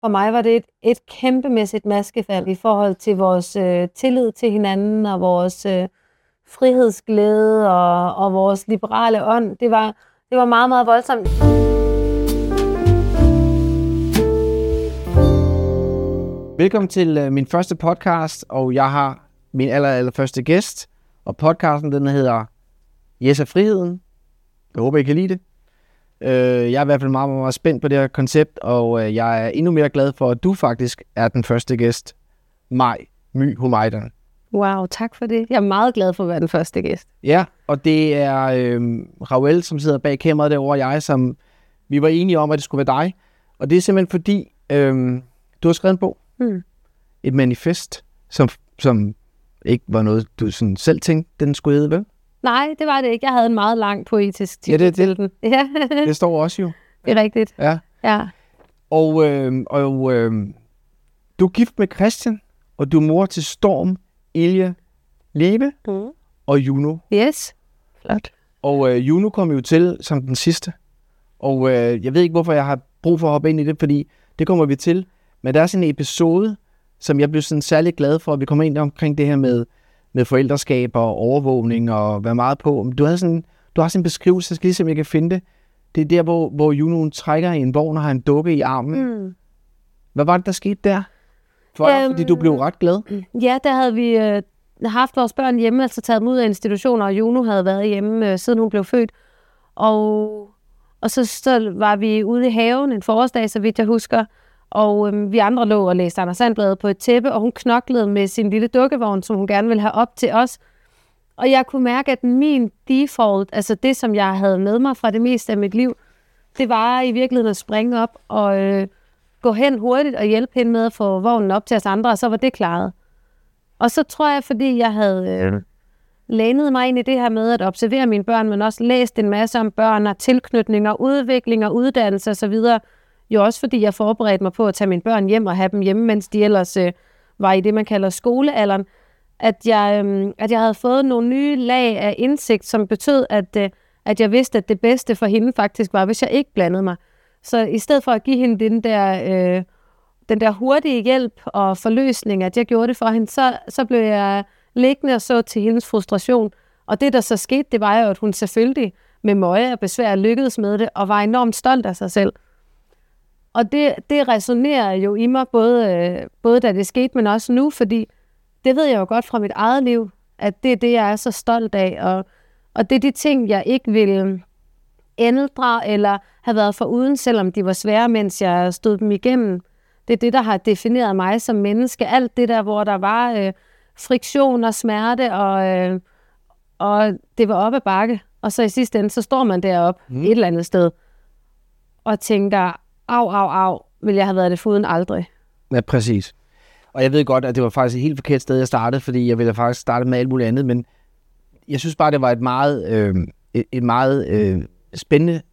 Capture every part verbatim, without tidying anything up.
For mig var det et, et kæmpemæssigt maskefald i forhold til vores øh, tillid til hinanden og vores øh, frihedsglæde og, og vores liberale ånd. Det var, det var meget, meget voldsomt. Velkommen til øh, min første podcast, og jeg har min aller, aller første gæst. Og podcasten, den hedder Yes og Friheden. Jeg håber, I kan lide det. Jeg er i hvert fald meget, meget spændt på det her koncept, og jeg er endnu mere glad for, at du faktisk er den første gæst. Maj My Humaydan. Wow, tak for det. Jeg er meget glad for at være den første gæst. Ja, og det er øh, Ravel, som sidder bag kameraet derovre, og jeg, som vi var enige om, at det skulle være dig. Og det er simpelthen fordi, øh, du har skrevet en bog. Hmm. Et manifest, som, som ikke var noget, du sådan selv tænkte, den skulle hedde, vel? Nej, det var det ikke. Jeg havde en meget lang poetisk titel ja, det, til den. Ja, det står også jo. Det er rigtigt. Ja. ja. Og, øh, og øh, du er gift med Christian, og du er mor til Storm, Ilja, Live mm. og Juno. Yes, flot. Og øh, Juno kom jo til som den sidste. Og øh, jeg ved ikke, hvorfor jeg har brug for at hoppe ind i det, fordi det kommer vi til. Men der er sådan en episode, som jeg blev sådan særlig glad for, at vi kommer ind omkring det her med med forældreskab og overvågning og være meget på. Du, havde sådan, du har sådan en beskrivelse, jeg skal lige se, om jeg kan finde det. Det er der, hvor, hvor Junoen trækker i en vogn og har en dukke i armen. Mm. Hvad var det, der skete der? For øhm, fordi du blev ret glad. Ja, der havde vi øh, haft vores børn hjemme, altså taget dem ud af institutioner, og Juno havde været hjemme, øh, siden hun blev født. Og, og så, så var vi ude i haven en forårsdag, så vidt jeg husker. Og øhm, vi andre lå og læste Anders Sandblad på et tæppe, og hun knoklede med sin lille dukkevogn, som hun gerne ville have op til os. Og jeg kunne mærke, at min default, altså det, som jeg havde med mig fra det meste af mit liv, det var i virkeligheden at springe op og øh, gå hen hurtigt og hjælpe hende med at få vognen op til os andre, og så var det klaret. Og så tror jeg, fordi jeg havde øh, lænet mig ind i det her med at observere mine børn, men også læst en masse om børn og tilknytninger, udvikling og uddannelse osv., jo også fordi jeg forberedte mig på at tage mine børn hjem og have dem hjemme, mens de ellers øh, var i det, man kalder skolealderen, at jeg, øh, at jeg havde fået nogle nye lag af indsigt, som betød, at, øh, at jeg vidste, at det bedste for hende faktisk var, hvis jeg ikke blandede mig. Så i stedet for at give hende den der, øh, den der hurtige hjælp og forløsning, at jeg gjorde det for hende, så, så blev jeg liggende og så til hendes frustration. Og det, der så skete, det var jo, at hun selvfølgelig med møje og besvær lykkedes med det, og var enormt stolt af sig selv. Og det, det resonerer jo i mig, både, øh, både da det skete, men også nu, fordi det ved jeg jo godt fra mit eget liv, at det er det, jeg er så stolt af. Og, og det er de ting, jeg ikke ville ændre eller have været foruden, selvom de var svære, mens jeg stod dem igennem. Det er det, der har defineret mig som menneske. Alt det der, hvor der var øh, friktion og smerte, og, øh, og det var op ad bakke. Og så i sidste ende, så står man deroppe mm. et eller andet sted og tænker, Au, au, au, vil jeg have været det foruden aldrig. Ja, præcis. Og jeg ved godt, at det var faktisk et helt forkert sted, jeg startede, fordi jeg ville faktisk starte med alt muligt andet, men jeg synes bare, det var et meget, øh, et, et meget øh, spændende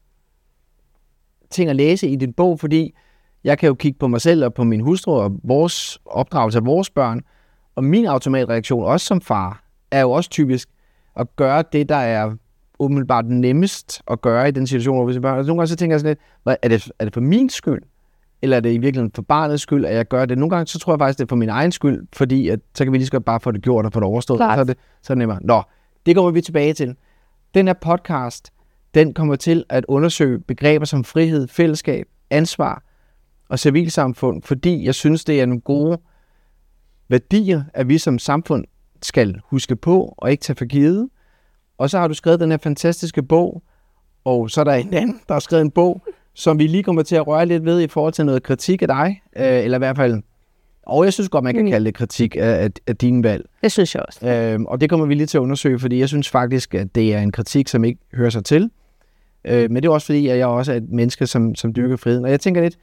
ting at læse i din bog, fordi jeg kan jo kigge på mig selv og på min hustru og vores opdragelse af vores børn, og min automatreaktion, også som far, er jo også typisk at gøre det, der er umiddelbart nemmest at gøre i den situation, hvor vi ser børn. Altså, nogle gange så tænker jeg sådan lidt, hvad, er, det, er det for min skyld? Eller er det i virkeligheden for barnets skyld, at jeg gør det? Nogle gange så tror jeg faktisk, det er for min egen skyld, fordi at, så kan vi lige så godt bare få det gjort og få det overstået. Så er det, så er det nemmere. Nå, det kommer vi tilbage til. Den her podcast, den kommer til at undersøge begreber som frihed, fællesskab, ansvar og civilsamfund, fordi jeg synes, det er nogle gode værdier, at vi som samfund skal huske på og ikke tage for givet. Og så har du skrevet den her fantastiske bog, og så er der en anden, der har skrevet en bog, som vi lige kommer til at røre lidt ved i forhold til noget kritik af dig, øh, eller i hvert fald, og jeg synes godt, man kan mm. kalde det kritik af, af, af dine valg. Det synes jeg også. Øh, og det kommer vi lige til at undersøge, fordi jeg synes faktisk, at det er en kritik, som ikke hører sig til. Øh, men det er også fordi, at jeg også er et menneske, som, som dyrker friheden. Og jeg tænker lidt,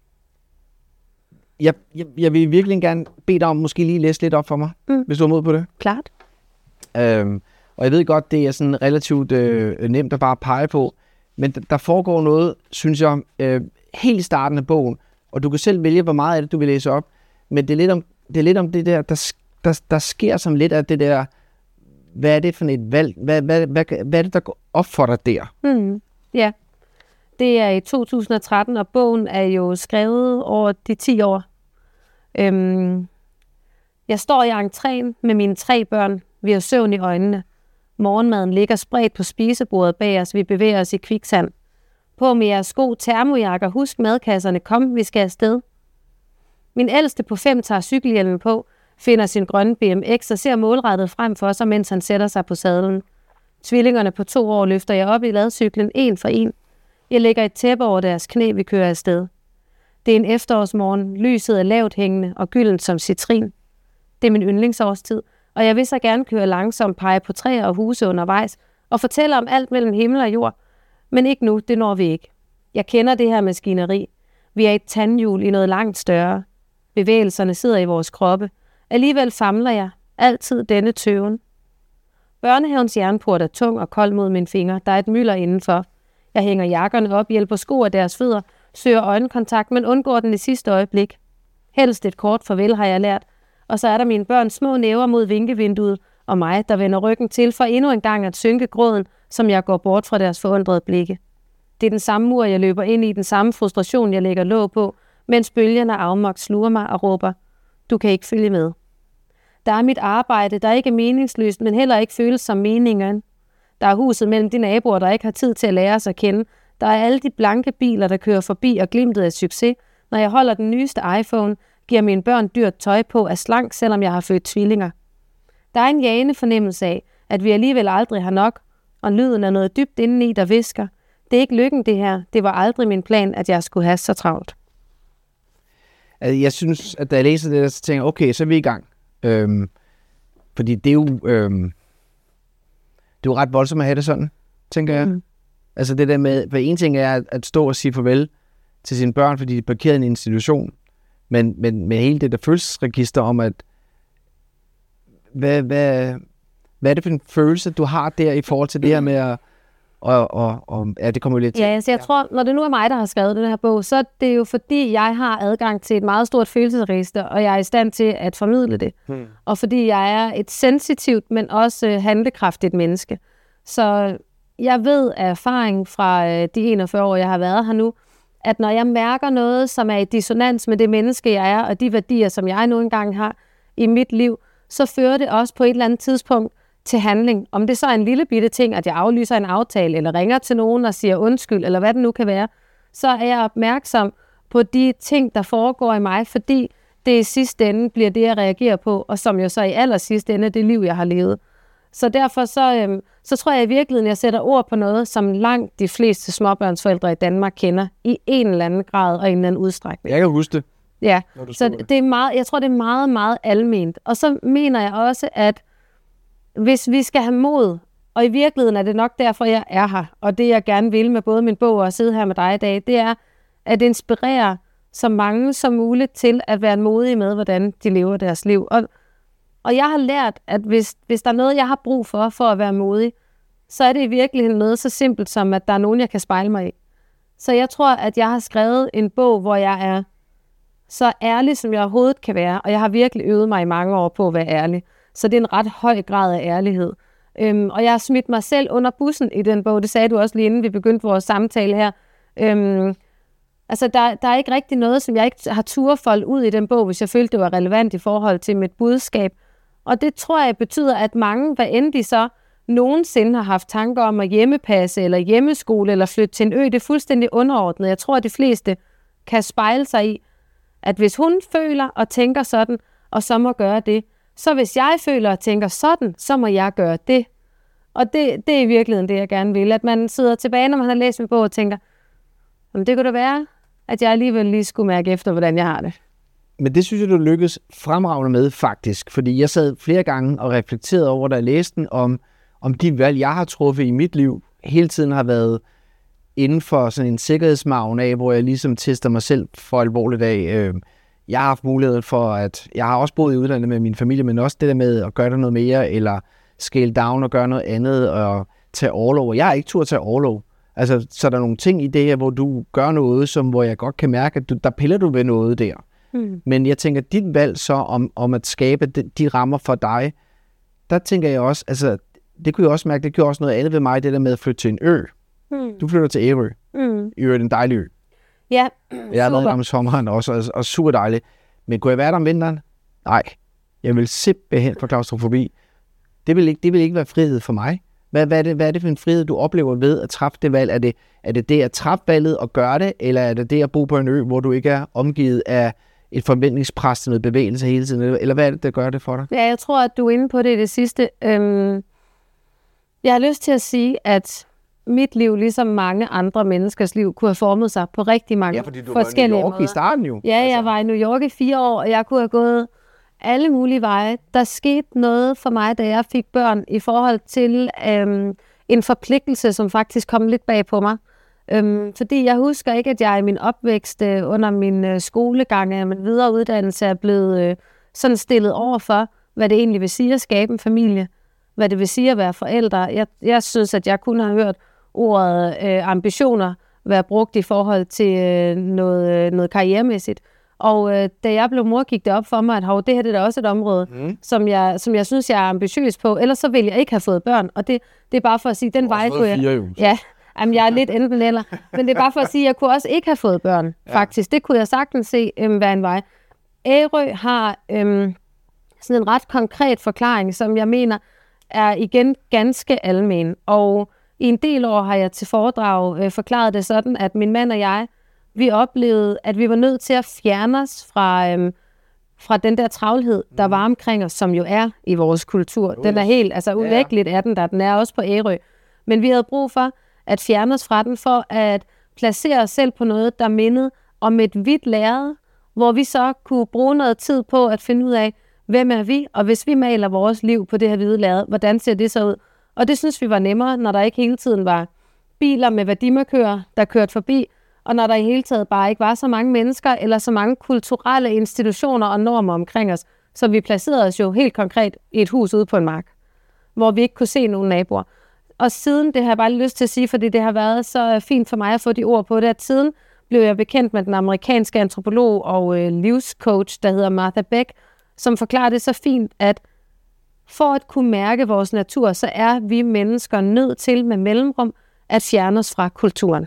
jeg, jeg, jeg vil virkelig gerne bede dig om måske lige læse lidt op for mig, mm. hvis du er mod på det. Klart. Øh, Og jeg ved godt, det er sådan relativt øh, nemt at bare pege på, men der foregår noget, synes jeg, øh, helt i starten af bogen, og du kan selv vælge, hvor meget af det, du vil læse op, men det er lidt om det, er lidt om det der, der, der, der sker som lidt af det der, hvad er det for et valg, hvad, hvad, hvad, hvad er det, der går op for dig der? Mm, ja, Det er i to tusind og tretten, og bogen er jo skrevet over de ti år. Øhm, jeg står i entréen med mine tre børn. Vi har søvn i øjnene. Morgenmaden ligger spredt på spisebordet bag os. Vi bevæger os i kviksand. På med jeres sko, termojakker, husk madkasserne. Kom, vi skal afsted. Min ældste på fem tager cykelhjelmen på, finder sin grønne B M X og ser målrettet frem for sig, mens han sætter sig på sadlen. Tvillingerne på to år løfter jeg op i ladcyklen, en for en. Jeg lægger et tæppe over deres knæ, vi kører afsted. Det er en efterårsmorgen, lyset er lavt hængende og gyldent som citrin. Det er min yndlingsårstid, og jeg vil så gerne køre langsomt, pege på træer og huse undervejs og fortælle om alt mellem himmel og jord. Men ikke nu, det når vi ikke. Jeg kender det her maskineri. Vi er et tandhjul i noget langt større. Bevægelserne sidder i vores kroppe. Alligevel famler jeg altid denne tøven. Børnehavens jernport er tung og kold mod mine fingre. Der er et mylder indenfor. Jeg hænger jakkerne op, hjælper sko af deres fødder, søger øjenkontakt, men undgår den i sidste øjeblik. Helst et kort farvel har jeg lært, og så er der mine børns små næver mod vinkevinduet, og mig, der vender ryggen til for endnu en gang at synke gråden, som jeg går bort fra deres forundrede blikke. Det er den samme mur, jeg løber ind i, den samme frustration, jeg lægger låg på, mens bølgerne afmagt sluger mig og råber, du kan ikke følge med. Der er mit arbejde, der ikke er meningsløst, men heller ikke føles som meningen. Der er huset mellem de naboer, der ikke har tid til at lære os at kende. Der er alle de blanke biler, der kører forbi og glimtet af succes. Når jeg holder den nyeste iPhone, giver mine børn dyrt tøj på af slank, selvom jeg har født tvillinger. Der er en jagende fornemmelse af, at vi alligevel aldrig har nok, og lyden er noget dybt indeni, der visker. Det er ikke lykken det her. Det var aldrig min plan, at jeg skulle have så travlt. Altså, jeg synes, at da jeg læser det, så tænker jeg, okay, så er vi i gang. Øhm, fordi det er jo... Øhm, det er jo ret voldsomt at have det sådan, tænker jeg. Mm. Altså det der med, hvad en ting er at stå og sige farvel til sine børn, fordi de er parkeret i en institution, men, men med hele det der følelsesregister om, at hvad, hvad, hvad er det for en følelse, du har der i forhold til det her med at, og, og, og ja, det kommer jo lidt til. Ja, altså jeg ja. tror, når det nu er mig, der har skrevet den her bog, så er det jo fordi, jeg har adgang til et meget stort følelsesregister, og jeg er i stand til at formidle det. Hmm. Og fordi jeg er et sensitivt, men også handlekraftigt menneske. Så jeg ved af erfaring fra de enogfyrre år, jeg har været her nu, at når jeg mærker noget, som er i dissonans med det menneske, jeg er, og de værdier, som jeg nu engang har i mit liv, så fører det også på et eller andet tidspunkt til handling. Om det så er en lille bitte ting, at jeg aflyser en aftale, eller ringer til nogen og siger undskyld, eller hvad det nu kan være, så er jeg opmærksom på de ting, der foregår i mig, fordi det i sidste ende bliver det, jeg reagerer på, og som jo så i aller sidste ende er det liv, jeg har levet. Så derfor så, øhm, så tror jeg i virkeligheden, jeg sætter ord på noget, som langt de fleste småbørnsforældre i Danmark kender, i en eller anden grad og en eller anden udstrækning. Jeg kan huske det. Ja, så det. det er meget, jeg tror, det er meget, meget alment. Og så mener jeg også, at hvis vi skal have mod, og i virkeligheden er det nok derfor, jeg er her, og det jeg gerne vil med både min bog og at sidde her med dig i dag, det er at inspirere så mange som muligt til at være modige med, hvordan de lever deres liv. Og, og jeg har lært, at hvis, hvis der er noget, jeg har brug for, for at være modig, så er det i virkeligheden noget så simpelt som, at der er nogen, jeg kan spejle mig i. Så jeg tror, at jeg har skrevet en bog, hvor jeg er så ærlig, som jeg overhovedet kan være, og jeg har virkelig øvet mig i mange år på at være ærlig. Så det er en ret høj grad af ærlighed. Øhm, og jeg har smidt mig selv under bussen i den bog. Det sagde du også lige inden vi begyndte vores samtale her. Øhm, altså, der, der er ikke rigtig noget, som jeg ikke har turfoldt ud i den bog, hvis jeg følte, det var relevant i forhold til mit budskab. Og det tror jeg betyder, at mange, hvad end de så nogensinde har haft tanker om at hjemmepasse, eller hjemmeskole, eller flytte til en ø, det er fuldstændig underordnet. Jeg tror, at de fleste kan spejle sig i, at hvis hun føler og tænker sådan, og så må gøre det, så hvis jeg føler og tænker sådan, så må jeg gøre det. Og det, det er i virkeligheden det, jeg gerne vil. At man sidder tilbage, når man har læst min bog og tænker, jamen det kunne da være, at jeg alligevel lige skulle mærke efter, hvordan jeg har det. Men det synes jeg, du lykkes fremragende med, faktisk. Fordi jeg sad flere gange og reflekterede over, da jeg læste den, om, om de valg, jeg har truffet i mit liv, hele tiden har været inden for sådan en sikkerhedsmargen af, hvor jeg ligesom tester mig selv for alvorligt af. Øh, jeg har haft mulighed for, at jeg har også boet i udlandet med min familie, men også det der med at gøre der noget mere, eller scale down og gøre noget andet, og tage orlov. Jeg har ikke tur at tage orlov. Altså, så der er nogle ting i det her, hvor du gør noget, som, hvor jeg godt kan mærke, at du, der piller du ved noget der. Mm. Men jeg tænker, dit valg så om, om at skabe de, de rammer for dig, der tænker jeg også, altså, det kunne jeg også mærke, det gjorde også noget andet ved mig, det der med at flytte til en ø. Mm. Du flytter til Ærø. Mm. I øvrigt en dejlig ø. Ja, Jeg har været der om sommeren også, og, og super dejligt. Men kunne jeg være der om vinteren? Nej. Jeg vil simpelthen få klaustrofobi. Det vil ikke, det vil ikke være frihed for mig. Hvad, hvad, er det, hvad er det for en frihed, du oplever ved at træffe det valg? Er det er det, det at træffe valget og gøre det, eller er det det at bo på en ø, hvor du ikke er omgivet af et forventningspres til noget bevægelse hele tiden? Eller hvad er det, der gør det for dig? Ja, jeg tror, at du er inde på det i det sidste. Øhm, jeg har lyst til at sige, at mit liv, ligesom mange andre menneskers liv, kunne have formet sig på rigtig mange ja, fordi du forskellige var i New York måder. i starten jo. Ja, jeg altså. var i New York i fire år, og jeg kunne have gået alle mulige veje. Der skete noget for mig, da jeg fik børn, i forhold til øhm, en forpligtelse, som faktisk kom lidt bag på mig. Øhm, fordi jeg husker ikke, at jeg i min opvækst øh, under min øh, skolegang og min videre uddannelse er blevet øh, sådan stillet over for, hvad det egentlig vil sige at skabe en familie. Hvad det vil sige at være forældre. Jeg, jeg synes, at jeg kun har hørt ordet øh, ambitioner være brugt i forhold til øh, noget, øh, noget karrieremæssigt. Og øh, da jeg blev mor, gik det op for mig, at hov, det her det er da også et område, mm. som, jeg, som jeg synes, jeg er ambitiøs på. Ellers så vil jeg ikke have fået børn. Og det, det er bare for at sige, den vej kunne jeg... Fire, jo, ja, jamen, jeg er lidt enten eller. Men det er bare for at sige, at jeg kunne også ikke have fået børn, ja. faktisk. Det kunne jeg sagtens se øhm, være en vej. Ærø har øhm, sådan en ret konkret forklaring, som jeg mener er igen ganske almen. Og i en del år har jeg til foredrag øh, forklaret det sådan, at min mand og jeg, vi oplevede, at vi var nødt til at fjerne os fra, øhm, fra den der travlhed, der var omkring os, som jo er i vores kultur. Den er helt, altså uvæggeligt er den der, den er også på Ærø. Men vi havde brug for at fjerne os fra den, for at placere os selv på noget, der mindede om et hvidt lærred, hvor vi så kunne bruge noget tid på at finde ud af, hvem er vi, og hvis vi maler vores liv på det her hvide lærred, hvordan ser det så ud? Og det synes vi var nemmere, når der ikke hele tiden var biler med værdimarkører, der kørte forbi, og når der i hele taget bare ikke var så mange mennesker, eller så mange kulturelle institutioner og normer omkring os, så vi placerede os jo helt konkret i et hus ude på en mark, hvor vi ikke kunne se nogen naboer. Og siden, det har jeg bare lyst til at sige, fordi det har været så fint for mig at få de ord på det, at siden blev jeg bekendt med den amerikanske antropolog og øh, livscoach, der hedder Martha Beck, som forklarer det så fint, at for at kunne mærke vores natur, så er vi mennesker nødt til med mellemrum at fjerne os fra kulturen.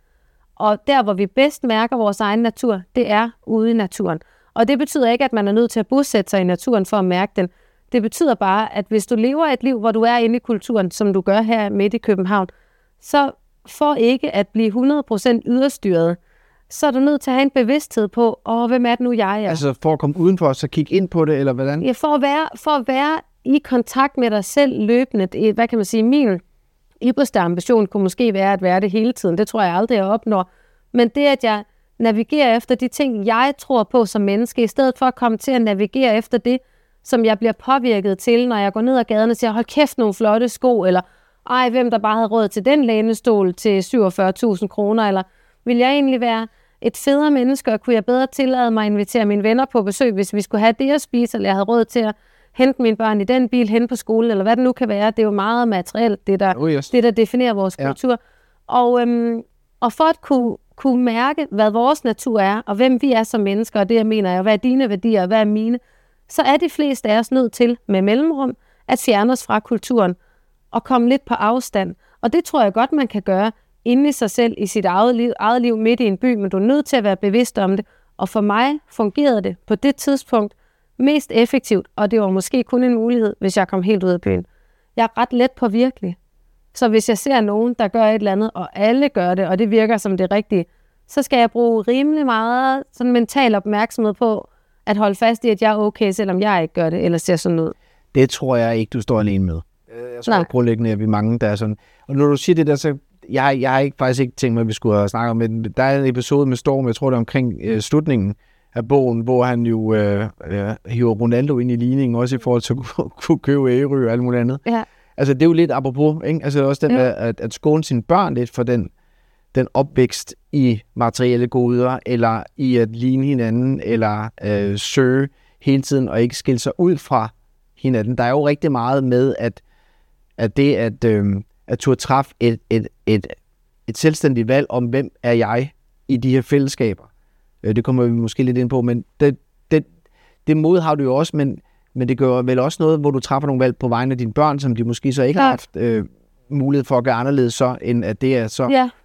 Og der, hvor vi bedst mærker vores egen natur, det er ude i naturen. Og det betyder ikke, at man er nødt til at bosætte sig i naturen for at mærke den. Det betyder bare, at hvis du lever et liv, hvor du er inde i kulturen, som du gør her midt i København, så for ikke at blive hundrede procent yderstyret, så er du nødt til at have en bevidsthed på, åh, hvem er det nu, jeg er? Altså for at komme udenfor, så kigge ind på det, eller hvordan? Ja, for at være, for at være i kontakt med dig selv løbende. Det, hvad kan man sige, min ypperste ambition kunne måske være at være det hele tiden. Det tror jeg aldrig, jeg opnår. Men det, at jeg navigerer efter de ting, jeg tror på som menneske, i stedet for at komme til at navigere efter det, som jeg bliver påvirket til, når jeg går ned ad gaden og siger, hold kæft, nogle flotte sko, eller ej, hvem der bare havde råd til den lænestol til syvogfyrre tusind kroner, eller vil jeg egentlig være et federe menneske, og kunne jeg bedre tillade mig at invitere mine venner på besøg, hvis vi skulle have det at spise, eller jeg havde råd til at hente mine børn i den bil hen på skolen, eller hvad det nu kan være. Det er jo meget materielt, det der, oh yes. det, der definerer vores ja. kultur. Og, øhm, og for at kunne, kunne mærke, hvad vores natur er, og hvem vi er som mennesker, og det jeg mener er, hvad er dine værdier, og hvad er mine, så er de fleste af os nødt til med mellemrum at fjerne os fra kulturen og komme lidt på afstand. Og det tror jeg godt, man kan gøre inde i sig selv, i sit eget liv, eget liv midt i en by, men du er nødt til at være bevidst om det. Og for mig fungerede det på det tidspunkt mest effektivt, og det var måske kun en mulighed, hvis jeg kom helt ud af byen. Jeg er ret let på virkelig. Så hvis jeg ser nogen, der gør et eller andet, og alle gør det, og det virker som det rigtige, så skal jeg bruge rimelig meget sådan mental opmærksomhed på at holde fast i, at jeg er okay, selvom jeg ikke gør det, eller ser sådan ud. Det tror jeg ikke, du står alene med. Jeg tror grundlæggende, at vi mange, der er sådan. Og når du siger det der, så jeg, jeg har ikke, faktisk ikke tænkt mig, at vi skulle have snakket om det. Der er en episode med Storm, jeg tror det er omkring øh, slutningen af bogen, hvor han jo øh, øh, hiver Ronaldo ind i ligningen, også i forhold til at kunne købe Ærø og alt muligt andet. Ja. Altså det er jo lidt apropos, ikke? Altså også den, ja. at, at skåne sine børn lidt for den, den opvækst i materielle goder, eller i at ligne hinanden, eller øh, søge hele tiden, og ikke skille sig ud fra hinanden. Der er jo rigtig meget med, at, at det at, øh, at turde træffe et, et, et, et selvstændigt valg om, hvem er jeg i de her fællesskaber. Øh, det kommer vi måske lidt ind på, men det, det, det mod har du jo også, men, men det gør vel også noget, hvor du træffer nogle valg på vegne af dine børn, som de måske så ikke ja. har haft øh, mulighed for at gøre anderledes så, end at det er så... Ja.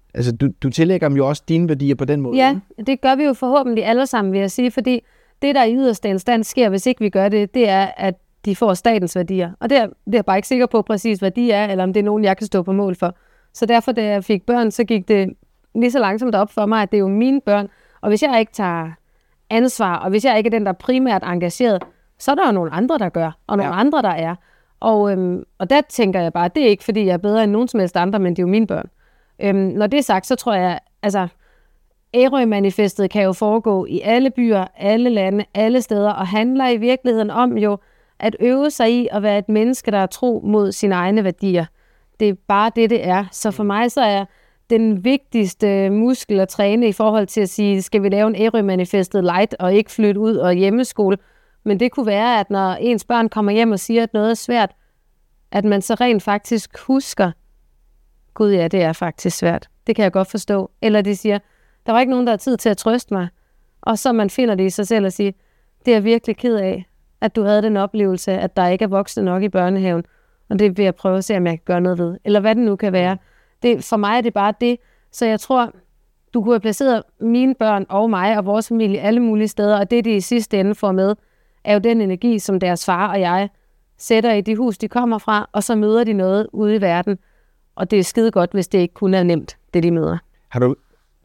Altså, du, du tillægger dem jo også dine værdier på den måde. Ja, det gør vi jo forhåbentlig alle sammen, vil jeg sige, fordi det, der i yderste instans sker, hvis ikke vi gør det, det er, at de får statens værdier. Og det er, det er jeg bare ikke sikker på præcis, hvad de er, eller om det er nogen, jeg kan stå på mål for. Så derfor, da jeg fik børn, så gik det lige så langsomt op for mig, at det er jo mine børn. Og hvis jeg ikke tager ansvar, og hvis jeg ikke er den, der er primært engageret, så er der jo nogle andre, der gør, og nogle ja. andre, der er. Og, øhm, og der tænker jeg bare, det er ikke, fordi jeg er bedre end nogen som helst andre, men det er jo mine børn. Øhm, når det er sagt, så tror jeg, altså, Ærø-manifestet kan jo foregå i alle byer, alle lande, alle steder, og handler i virkeligheden om jo at øve sig i at være et menneske, der er tro mod sine egne værdier. Det er bare det, det er. Så for mig så er den vigtigste muskel at træne i forhold til at sige, skal vi lave en Ærø-manifestet light og ikke flytte ud og hjemmeskole. Men det kunne være, at når ens børn kommer hjem og siger, at noget er svært, at man så rent faktisk husker, gud ja, det er faktisk svært. Det kan jeg godt forstå. Eller de siger, der var ikke nogen, der har tid til at trøste mig. Og så man finder det i sig selv og siger, det er jeg virkelig ked af, at du havde den oplevelse, at der ikke er voksne nok i børnehaven. Og det vil jeg prøve at se, om jeg kan gøre noget ved. Eller hvad det nu kan være. Det, for mig er det bare det. Så jeg tror, du kunne have placeret mine børn og mig og vores familie alle mulige steder. Og det, de i sidste ende får med, er jo den energi, som deres far og jeg sætter i de hus, de kommer fra. Og så møder de noget ude i verden. Og det er skide godt, hvis det ikke kun er nemt, det de møder. Har du...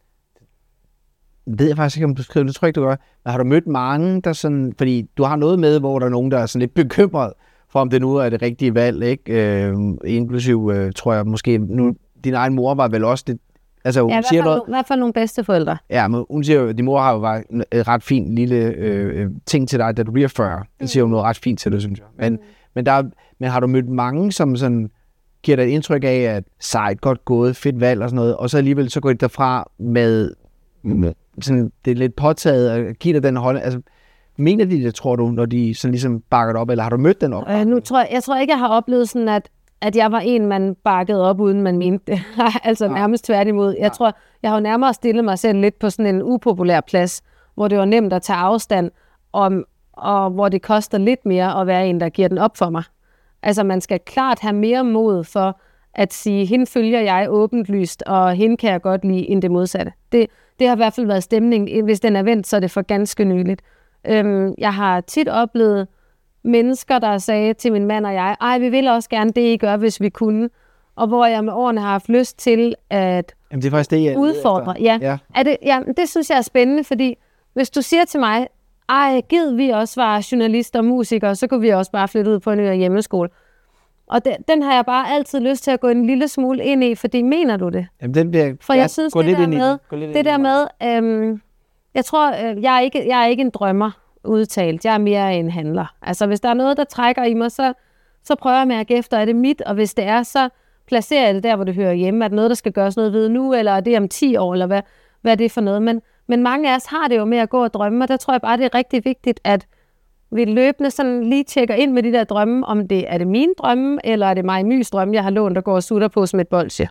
ved jeg faktisk ikke, om du skriver, det tror jeg ikke, du gør. Men har du mødt mange, der sådan... Fordi du har noget med, hvor der er nogen, der er sådan lidt bekymret for, om det nu er det rigtige valg, ikke? Øh, inklusiv, øh, tror jeg, måske... Nu, din egen mor var vel også det... Altså, hun ja, siger noget, i hvert fald nogle bedsteforældre. Ja, men hun siger jo, at din mor har jo bare en ret fin lille øh, ting til dig, da du bliver fyrre. Det siger jo noget ret fint til dig, synes jeg. Men, mm. men, der, men har du mødt mange, som sådan... giver dig et indtryk af, at sejt, godt gået, fedt valg og sådan noget, og så alligevel så går de derfra med, med sådan, det er lidt påtaget, og giver dig den holdning. Altså, mener de det, tror du, når de sådan ligesom bakker det op, eller har du mødt den op? Øh, nu tror jeg, jeg tror ikke, jeg har oplevet sådan, at, at jeg var en, man bakkede op, uden man mente det. altså nærmest tværtimod. Jeg ja. tror, jeg har jo nærmere stillet mig selv lidt på sådan en upopulær plads, hvor det var nemt at tage afstand, om, og hvor det koster lidt mere at være en, der giver den op for mig. Altså, man skal klart have mere mod for at sige, hende følger jeg åbent lyst, og hende kan jeg godt lide, end det modsatte. Det, det har i hvert fald været stemningen. Hvis den er vendt, så er det for ganske nyligt. Øhm, jeg har tit oplevet mennesker, der sagde til min mand og jeg, ej, vi vil også gerne det, I gør, hvis vi kunne. Og hvor jeg med årene har haft lyst til at Jamen, det er faktisk det, jeg udfordre. Ja. Ja. Er det, ja, det synes jeg er spændende, fordi hvis du siger til mig, ej, gid vi også var journalister og musikere, så kunne vi også bare flytte ud på en ny hjemmeskole. Og det, den har jeg bare altid lyst til at gå en lille smule ind i, fordi mener du det? Jamen, den bliver, For jeg, jeg synes, det der med, det, det der med øhm, jeg tror, øh, jeg, er ikke, jeg er ikke en drømmer udtalt. Jeg er mere en handler. Altså, hvis der er noget, der trækker i mig, så, så prøver jeg at mærke efter, er det mit? Og hvis det er, så placerer jeg det der, hvor det hører hjemme. Er det noget, der skal gøres noget ved nu, eller er det om ti år, eller hvad, hvad er det for noget? Men, men mange af os har det jo med at gå og drømme, og der tror jeg bare, det er rigtig vigtigt, at vi løbende sådan lige tjekker ind med de der drømme, om det er det mine drømme, eller er det mig Mys drømme, jeg har lånt, der går og sutter på som et bolsje.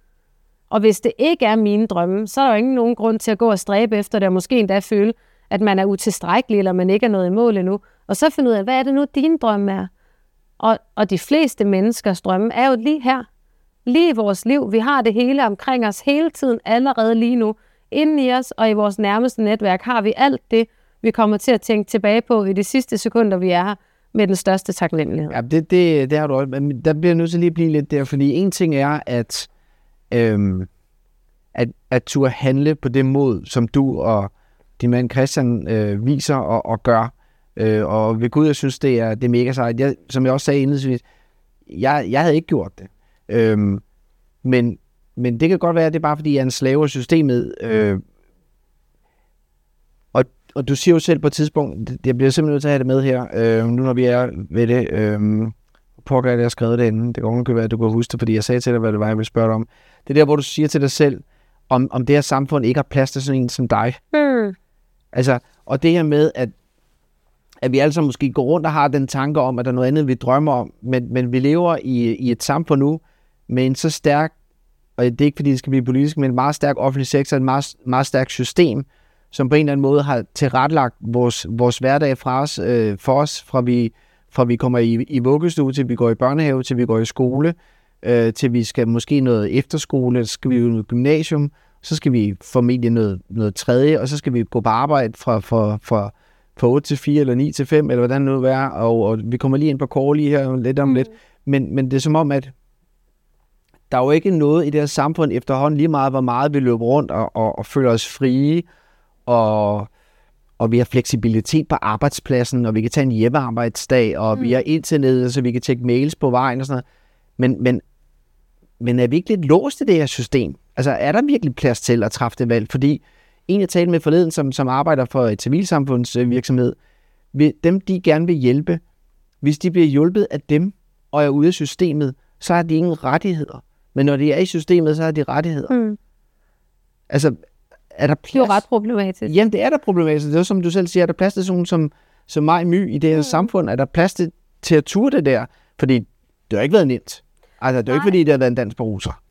Og hvis det ikke er mine drømme, så er der jo ingen nogen grund til at gå og stræbe efter det, og måske endda føle, at man er utilstrækkelig, eller man ikke er nået i mål endnu. Og så finde ud af, hvad er det nu, dine drømme er? Og, og de fleste menneskers drømme er jo lige her. Lige i vores liv. Vi har det hele omkring os hele tiden, allerede lige nu. Inden i os og i vores nærmeste netværk har vi alt det, vi kommer til at tænke tilbage på i de sidste sekunder, vi er her, med den største taknemmelighed. Ja, det, det, det har du også. Men der bliver nødt til lige at blive lidt der, fordi en ting er, at, øhm, at, at turde handle på det mod, som du og din mand Christian øh, viser og, og gør. Øh, og ved Gud, jeg synes, det er, det er mega sejt. Jeg, som jeg også sagde indledningsvis, jeg, jeg havde ikke gjort det. Øhm, men, men det kan godt være, at det er bare, fordi jeg er en slave af systemet. Øh, og, og du siger jo selv på et tidspunkt, jeg bliver simpelthen nødt til at have det med her, øh, nu når vi er ved det. Øh, Pågår, at jeg har skrevet det inden. Det kan være, at du kan huske det, fordi jeg sagde til dig, hvad det var, jeg ville spørge dig om. Det er der, hvor du siger til dig selv, om, om det her samfund ikke har plads til sådan en som dig. Mm. Altså, og det her med, at, at vi alle sammen måske går rundt og har den tanke om, at der er noget andet, vi drømmer om, men, men vi lever i, i et samfund nu med en så stærk, og det er ikke fordi det skal blive politisk, men en meget stærk offentlig sektor, et meget, meget stærkt system, som på en eller anden måde har tilrettelagt vores, vores hverdag fra os, øh, for os, fra vi, fra vi kommer i, i vuggestue, til vi går i børnehave, til vi går i skole, øh, til vi skal måske noget efterskole, så skal vi jo noget gymnasium, så skal vi formentlig noget, noget tredje, og så skal vi gå på arbejde fra, fra, fra, fra otte til fire, eller ni til fem, eller hvordan det nu er, og, og vi kommer lige ind på kår lige her lidt om mm. lidt. Men, men det er som om, at der er jo ikke noget i det her samfund efterhånden lige meget, hvor meget vi løber rundt og, og, og føler os frie, og, og vi har fleksibilitet på arbejdspladsen, og vi kan tage en hjemmearbejdsdag, og mm. vi har internet, så vi kan tjekke mails på vejen og sådan noget. Men, men, men er vi ikke lidt låst i det her system? Altså, er der virkelig plads til at træffe det valg? Fordi en, jeg talte med forleden, som, som arbejder for et civilsamfundsvirksomhed, dem, de gerne vil hjælpe, hvis de bliver hjulpet af dem, og er ude af systemet, så har de ingen rettigheder. Men når de er i systemet, så har de rettigheder. Mm. Altså, er der plads? Det er jo ret problematisk. Jamen, det er der problematisk. Det er jo, som du selv siger, er der plads til sådan som, som mig My i det her mm. samfund? Er der plads til, til at ture det der? Fordi det har ikke været nemt. Altså, det er jo ikke, fordi det har været en dans på roser.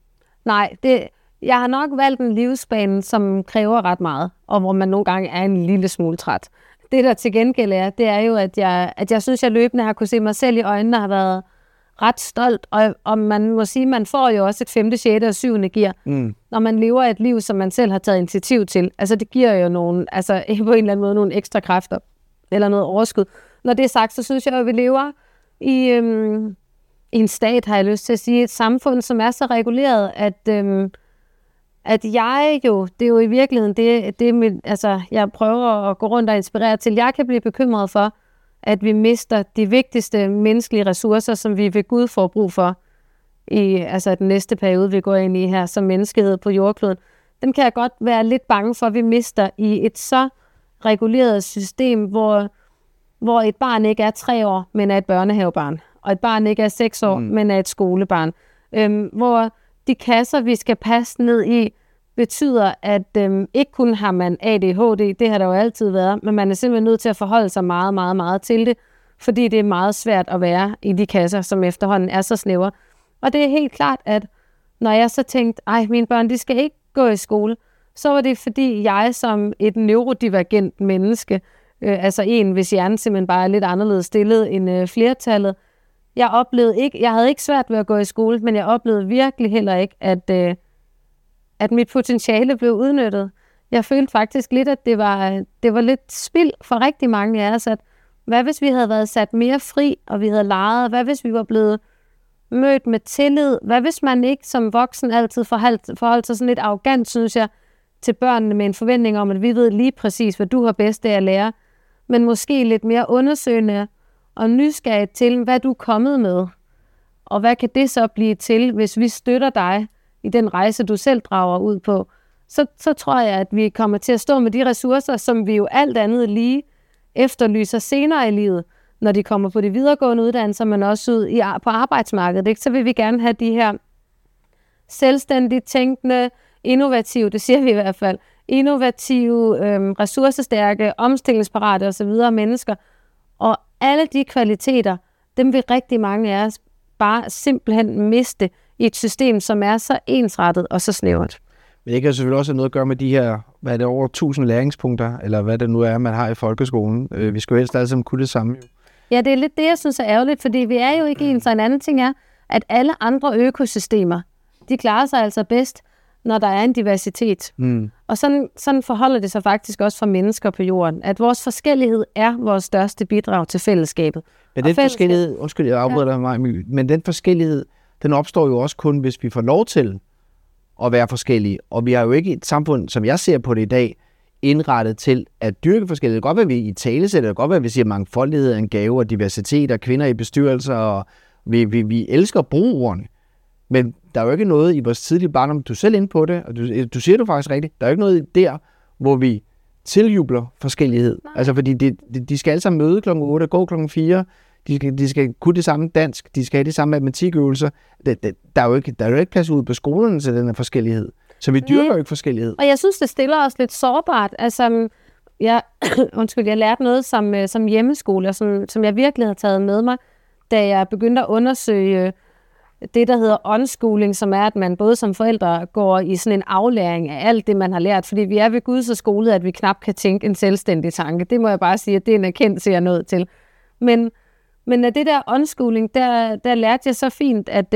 Nej, det, jeg har nok valgt en livsbane, som kræver ret meget, og hvor man nogle gange er en lille smule træt. Det, der til gengæld er, det er jo, at jeg, at jeg synes, jeg løbende har kunne se mig selv i øjnene, har været ret stolt, og, og man må sige, man får jo også et femte, sjette og syvende gear, mm. når man lever et liv, som man selv har taget initiativ til. Altså, det giver jo nogle, altså på en eller anden måde nogle ekstra kræfter, eller noget overskud. Når det er sagt, så synes jeg, at vi lever i, øhm, i en stat, har jeg lyst til at sige, et samfund, som er så reguleret, at, øhm, at jeg jo, det er jo i virkeligheden det, det mit, altså, jeg prøver at gå rundt og inspirere til, jeg kan blive bekymret for, at vi mister de vigtigste menneskelige ressourcer, som vi ved Gud får brug for i altså den næste periode, vi går ind i her som menneskehed på jordkloden. Dem kan jeg godt være lidt bange for, at vi mister i et så reguleret system, hvor, hvor et barn ikke er tre år, men er et børnehavebarn, og et barn ikke er seks år, mm. men er et skolebarn. Øhm, hvor de kasser, vi skal passe ned i, betyder, at øhm, ikke kun har man A D H D, det har der jo altid været, men man er simpelthen nødt til at forholde sig meget, meget, meget til det, fordi det er meget svært at være i de kasser, som efterhånden er så snævre. Og det er helt klart, at når jeg så tænkte, ej, mine børn, de skal ikke gå i skole, så var det fordi jeg som et neurodivergent menneske, øh, altså en, hvis hjernen simpelthen bare er lidt anderledes stillet end øh, flertallet, jeg oplevede ikke, jeg havde ikke svært ved at gå i skole, men jeg oplevede virkelig heller ikke, at øh, at mit potentiale blev udnyttet. Jeg følte faktisk lidt, at det var, det var lidt spild for rigtig mange af os, at hvad hvis vi havde været sat mere fri, og vi havde leget? Hvad hvis vi var blevet mødt med tillid? Hvad hvis man ikke som voksen altid forholdt, forholdt sig sådan lidt arrogant, synes jeg, til børnene med en forventning om, at vi ved lige præcis, hvad du har bedst af at lære, men måske lidt mere undersøgende og nysgerrig til, hvad du er kommet med, og hvad kan det så blive til, hvis vi støtter dig i den rejse, du selv drager ud på, så, så tror jeg, at vi kommer til at stå med de ressourcer, som vi jo alt andet lige efterlyser senere i livet, når de kommer på de videregående uddannelser, men også ud i, på arbejdsmarkedet. Ikke? Så vil vi gerne have de her selvstændigt tænkende, innovative, det siger vi i hvert fald, innovative, øhm, ressourcestærke, omstillingsparate osv. mennesker. Og alle de kvaliteter, dem vil rigtig mange af os bare simpelthen miste i et system, som er så ensrettet og så snævert. Men det kan selvfølgelig også have noget at gøre med de her, hvad er det, over tusind læringspunkter, eller hvad det nu er, man har i folkeskolen. Vi skal jo helst alle sammen kunne det samme. Ja, det er lidt det, jeg synes er ærgerligt, fordi vi er jo ikke ens, og en anden ting er, at alle andre økosystemer, de klarer sig altså bedst, når der er en diversitet. Mm. Og sådan, sådan forholder det sig faktisk også for mennesker på jorden, at vores forskellighed er vores største bidrag til fællesskabet. Men den forskellighed, undskyld, jeg afbryder dig mig, men den forskellighed, den opstår jo også kun, hvis vi får lov til at være forskellige. Og vi har jo ikke et samfund, som jeg ser på det i dag, indrettet til at dyrke forskellighed. Det kan godt være, at vi i talesætter, det kan godt være, at vi siger mangfoldighed er en gave, og diversitet og kvinder i bestyrelser, og vi, vi, vi elsker at bruge ordene. Men der er jo ikke noget i vores tidlige barndom, du er selv inde på det, og du, du siger det faktisk rigtigt, der er jo ikke noget der, hvor vi tiljubler forskellighed. Nej. Altså fordi de, de, de skal alle sammen møde klokken otte, gå klokken fire, de skal, de skal kunne det samme dansk, de skal have de samme matematikøvelser. Det, det, der, er jo ikke, der er jo ikke plads ude på skolerne til den her forskellighed. Så vi dyrker jo ikke forskellighed. Og jeg synes, det stiller os lidt sårbart. Altså, jeg, undskyld, jeg lærte noget som, som hjemmeskole, som, som jeg virkelig har taget med mig, da jeg begyndte at undersøge det, der hedder unschooling, som er, at man både som forældre går i sådan en aflæring af alt det, man har lært. Fordi vi er ved Gud så skolet, at vi knap kan tænke en selvstændig tanke. Det må jeg bare sige, at det er en erkendelse, jeg er nået til. Men, men af det der unschooling, der, der lærte jeg så fint, at,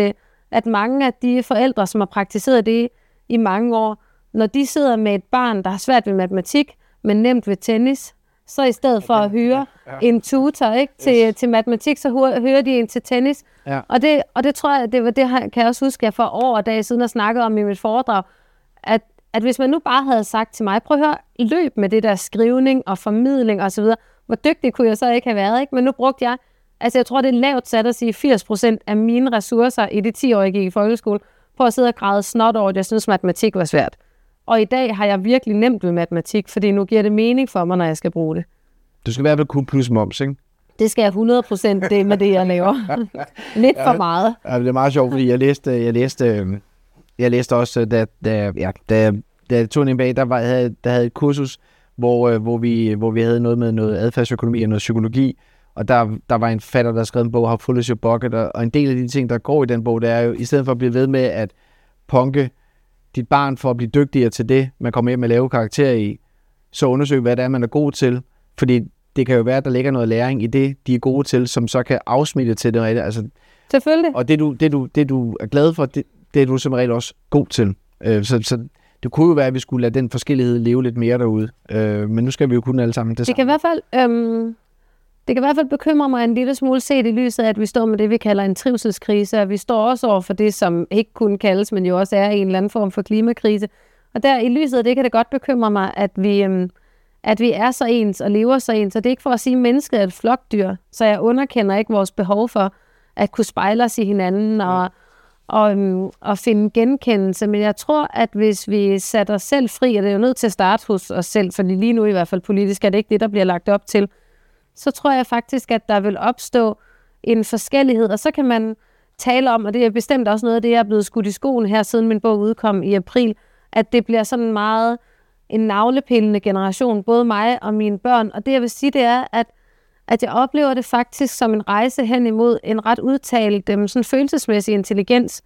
at mange af de forældre, som har praktiseret det i mange år, når de sidder med et barn, der har svært ved matematik, men nemt ved tennis, så i stedet for at hyre ja. en tutor ikke, til, yes. til matematik, så hører de en til tennis. Ja. Og, det, og det tror jeg, det var det, kan jeg også huske, jeg for år og dage siden har snakket om i mit foredrag, at, at hvis man nu bare havde sagt til mig, prøv at høre, løb med det der skrivning og formidling osv., hvor dygtig kunne jeg så ikke have været, ikke? Men nu brugte jeg, altså jeg tror, det er lavt sat at sige firs procent af mine ressourcer i de ti år, jeg gik i folkeskole, på at sidde og græde snot over, at jeg synes, matematik var svært. Og i dag har jeg virkelig nemt ved matematik, fordi nu giver det mening for mig, når jeg skal bruge det. Du skal i hvert fald kunne plus moms, ikke? Det skal jeg hundrede procent det med det, jeg laver. Lidt for meget. Ja, det er meget sjovt, fordi jeg læste, jeg læste, jeg læste også, da, da, ja, da, da jeg tog en bag, der, var, havde, der havde et kursus, hvor, hvor, vi, hvor vi havde noget med noget adfærdsøkonomi og noget psykologi, og der, der var en fatter, der skrev en bog, How Foolish Your Bucket, og en del af de ting, der går i den bog, det er jo, i stedet for at blive ved med at punke dit barn for at blive dygtigere til det, man kommer hjem med lave karakterer i, så undersøg, hvad det er, man er god til. Fordi det kan jo være, at der ligger noget læring i det, de er gode til, som så kan afsmitte til det rigtigt. Altså, selvfølgelig. Og det du, det, du, det, du er glad for, det, det er du som regel også god til. Øh, så, så det kunne jo være, at vi skulle lade den forskellighed leve lidt mere derude. Øh, men nu skal vi jo kunne alle sammen det, det sammen. Kan i hvert fald, øhm, det kan i hvert fald bekymre mig en lille smule set i lyset af, at vi står med det, vi kalder en trivselskrise, og vi står også over for det, som ikke kunne kaldes, men jo også er en eller anden form for klimakrise. Og der i lyset af det kan det godt bekymre mig, at vi, øhm, at vi er så ens og lever så ens. Og det er ikke for at sige, at mennesket er et flokdyr, så jeg underkender ikke vores behov for at kunne spejle os i hinanden og, og, øhm, og finde genkendelse. Men jeg tror, at hvis vi sætter os selv fri, og det er jo nødt til at starte hos os selv, for lige nu i hvert fald politisk er det ikke det, der bliver lagt op til, så tror jeg faktisk, at der vil opstå en forskellighed, og så kan man tale om, og det er bestemt også noget af det, jeg er blevet skudt i skoen her, siden min bog udkom i april, at det bliver sådan meget en navlepillende generation, både mig og mine børn, og det jeg vil sige, det er, at, at jeg oplever det faktisk som en rejse hen imod en ret udtalt um, sådan følelsesmæssig intelligens,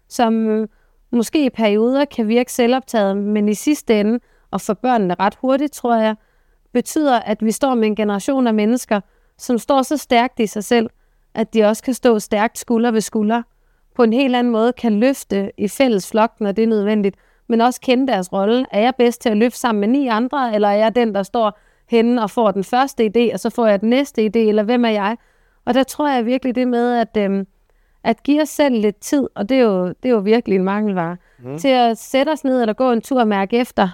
som måske i perioder kan virke selvoptaget, men i sidste ende, og for børnene ret hurtigt, tror jeg, betyder, at vi står med en generation af mennesker, som står så stærkt i sig selv, at de også kan stå stærkt skulder ved skulder, på en helt anden måde kan løfte i fælles flok, når det er nødvendigt, men også kende deres rolle. Er jeg bedst til at løfte sammen med ni andre, eller er jeg den, der står henne og får den første idé, og så får jeg den næste idé, eller hvem er jeg? Og der tror jeg virkelig det med, at, øhm, at give os selv lidt tid, og det er jo, det er jo virkelig en mangelvare, mm. til at sætte os ned eller gå en tur og mærke efter,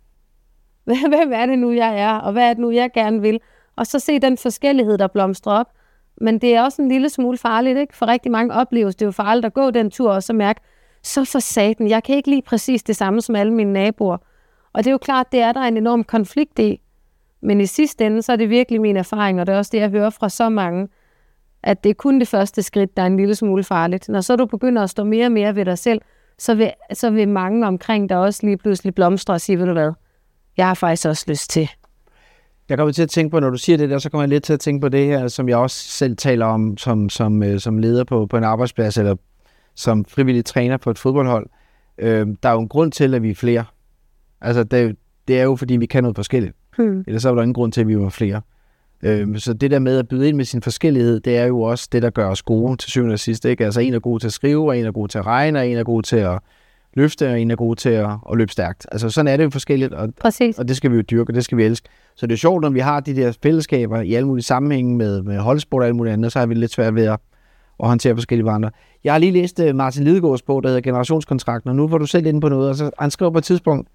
hvem er det nu, jeg er, og hvad er det nu, jeg gerne vil? Og så se den forskellighed, der blomstrer op. Men det er også en lille smule farligt, ikke? For rigtig mange opleves det jo farligt at gå den tur, og så mærke, så for satan, jeg kan ikke lige præcis det samme som alle mine naboer. Og det er jo klart, det er der en enorm konflikt i. Men i sidste ende, så er det virkelig min erfaring, og det er også det, jeg hører fra så mange, at det er kun det første skridt, der er en lille smule farligt. Når så du begynder at stå mere og mere ved dig selv, så vil, så vil mange omkring dig også lige pludselig blomstre og sige, ved du hvad, jeg har faktisk også lyst til. Jeg kommer til at tænke på, når du siger det der, så kommer jeg lidt til at tænke på det her, som jeg også selv taler om som, som, som leder på, på en arbejdsplads, eller som frivillig træner på et fodboldhold. Øh, der er jo en grund til, at vi er flere. Altså, det, det er jo, fordi vi kan noget forskelligt. Hmm. Ellers så er der ingen grund til, at vi var flere. Øh, så det der med at byde ind med sin forskellighed, det er jo også det, der gør os gode til syvende og sidst. Ikke? Altså, en er god til at skrive, og en er god til at regne, og en er god til at løfte, og en er god til at, at løbe stærkt. Altså, sådan er det jo forskelligt, og, og det skal vi jo dyrke, og det skal vi elske. Så det er sjovt, når vi har de der fællesskaber i alle mulige sammenhænge med, med holdsport og alt muligt andet, så har vi lidt svært ved at, at håndtere forskellige andre. Jeg har lige læst Martin Lidegaards bog, der hedder Generationskontrakten, og nu var du selv inde på noget, og så han skrev på et tidspunkt,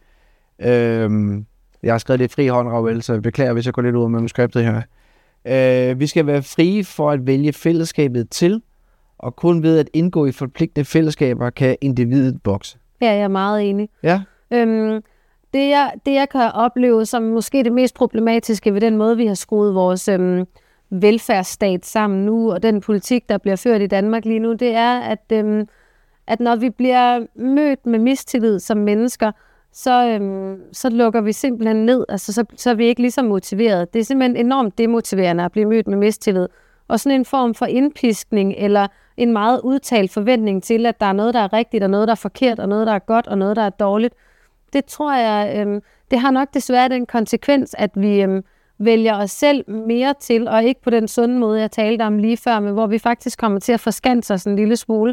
øhm, jeg har skrevet lidt fri hånd, Ravel, så jeg beklager, hvis jeg går lidt ud af manuskriptet her. Øh, vi skal være frie for at vælge fællesskabet til, og kun ved at indgå i forpligtende fællesskaber, kan individet vokse. Ja, jeg er meget enig. Ja. Øhm, det, jeg, det, jeg kan opleve som måske det mest problematiske ved den måde, vi har skruet vores øhm, velfærdsstat sammen nu, og den politik, der bliver ført i Danmark lige nu, det er, at, øhm, at når vi bliver mødt med mistillid som mennesker, så, øhm, så lukker vi simpelthen ned. Altså, så, så er vi ikke lige så motiveret. Det er simpelthen enormt demotiverende at blive mødt med mistillid. Og sådan en form for indpiskning, eller en meget udtalt forventning til, at der er noget, der er rigtigt, og noget, der er forkert, og noget, der er godt, og noget, der er dårligt. Det tror jeg, øhm, det har nok desværre den konsekvens, at vi øhm, vælger os selv mere til, og ikke på den sunde måde, jeg talte om lige før, men hvor vi faktisk kommer til at forskanse os en lille smule,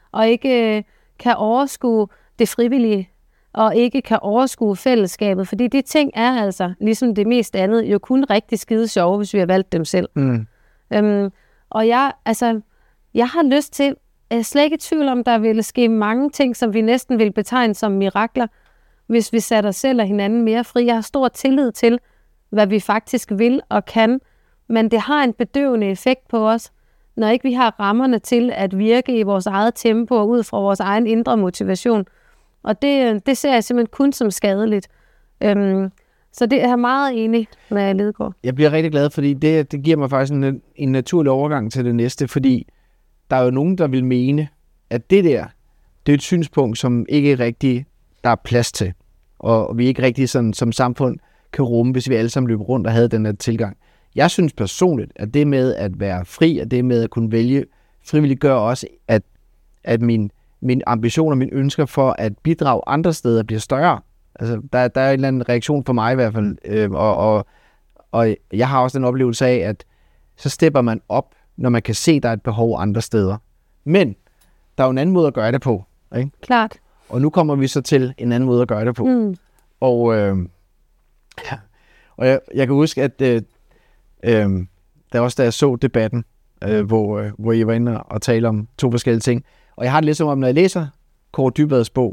og ikke øh, kan overskue det frivillige, og ikke kan overskue fællesskabet. Fordi de ting er altså, ligesom det mest andet, jo kun rigtig skide sjove, hvis vi har valgt dem selv. Mm. Øhm, og jeg, altså, jeg har lyst til, jeg er slet ikke i tvivl om, der ville ske mange ting, som vi næsten vil betegne som mirakler, hvis vi satte os selv og hinanden mere fri. Jeg har stor tillid til, hvad vi faktisk vil og kan, men det har en bedøvende effekt på os, når ikke vi har rammerne til at virke i vores eget tempo og ud fra vores egen indre motivation. Og det, det ser jeg simpelthen kun som skadeligt. Øhm, så det er jeg meget enig med Lidegaard. Jeg bliver rigtig glad, fordi det, det giver mig faktisk en, en naturlig overgang til det næste, fordi der er jo nogen, der vil mene, at det der, det er et synspunkt, som ikke rigtig der er plads til, og vi ikke rigtig sådan, som samfund kan rumme, hvis vi alle sammen løber rundt og havde den her tilgang. Jeg synes personligt, at det med at være fri, og det med at kunne vælge frivilligt, gør også, at, at min, min ambition og mine ønsker for at bidrage andre steder bliver større. Altså, der, der er en eller anden reaktion for mig i hvert fald, øh, og, og, og jeg har også den oplevelse af, at så stepper man op, når man kan se, at der er et behov andre steder. Men der er jo en anden måde at gøre det på. Ikke? Klart. Og nu kommer vi så til en anden måde at gøre det på. Mm. Og, øh, ja, og jeg, jeg kan huske, at øh, øh, der også da jeg så debatten, øh, hvor, øh, hvor I var inde og tale om to forskellige ting. Og jeg har det lidt som om, når jeg læser Kaare Dybvads bog,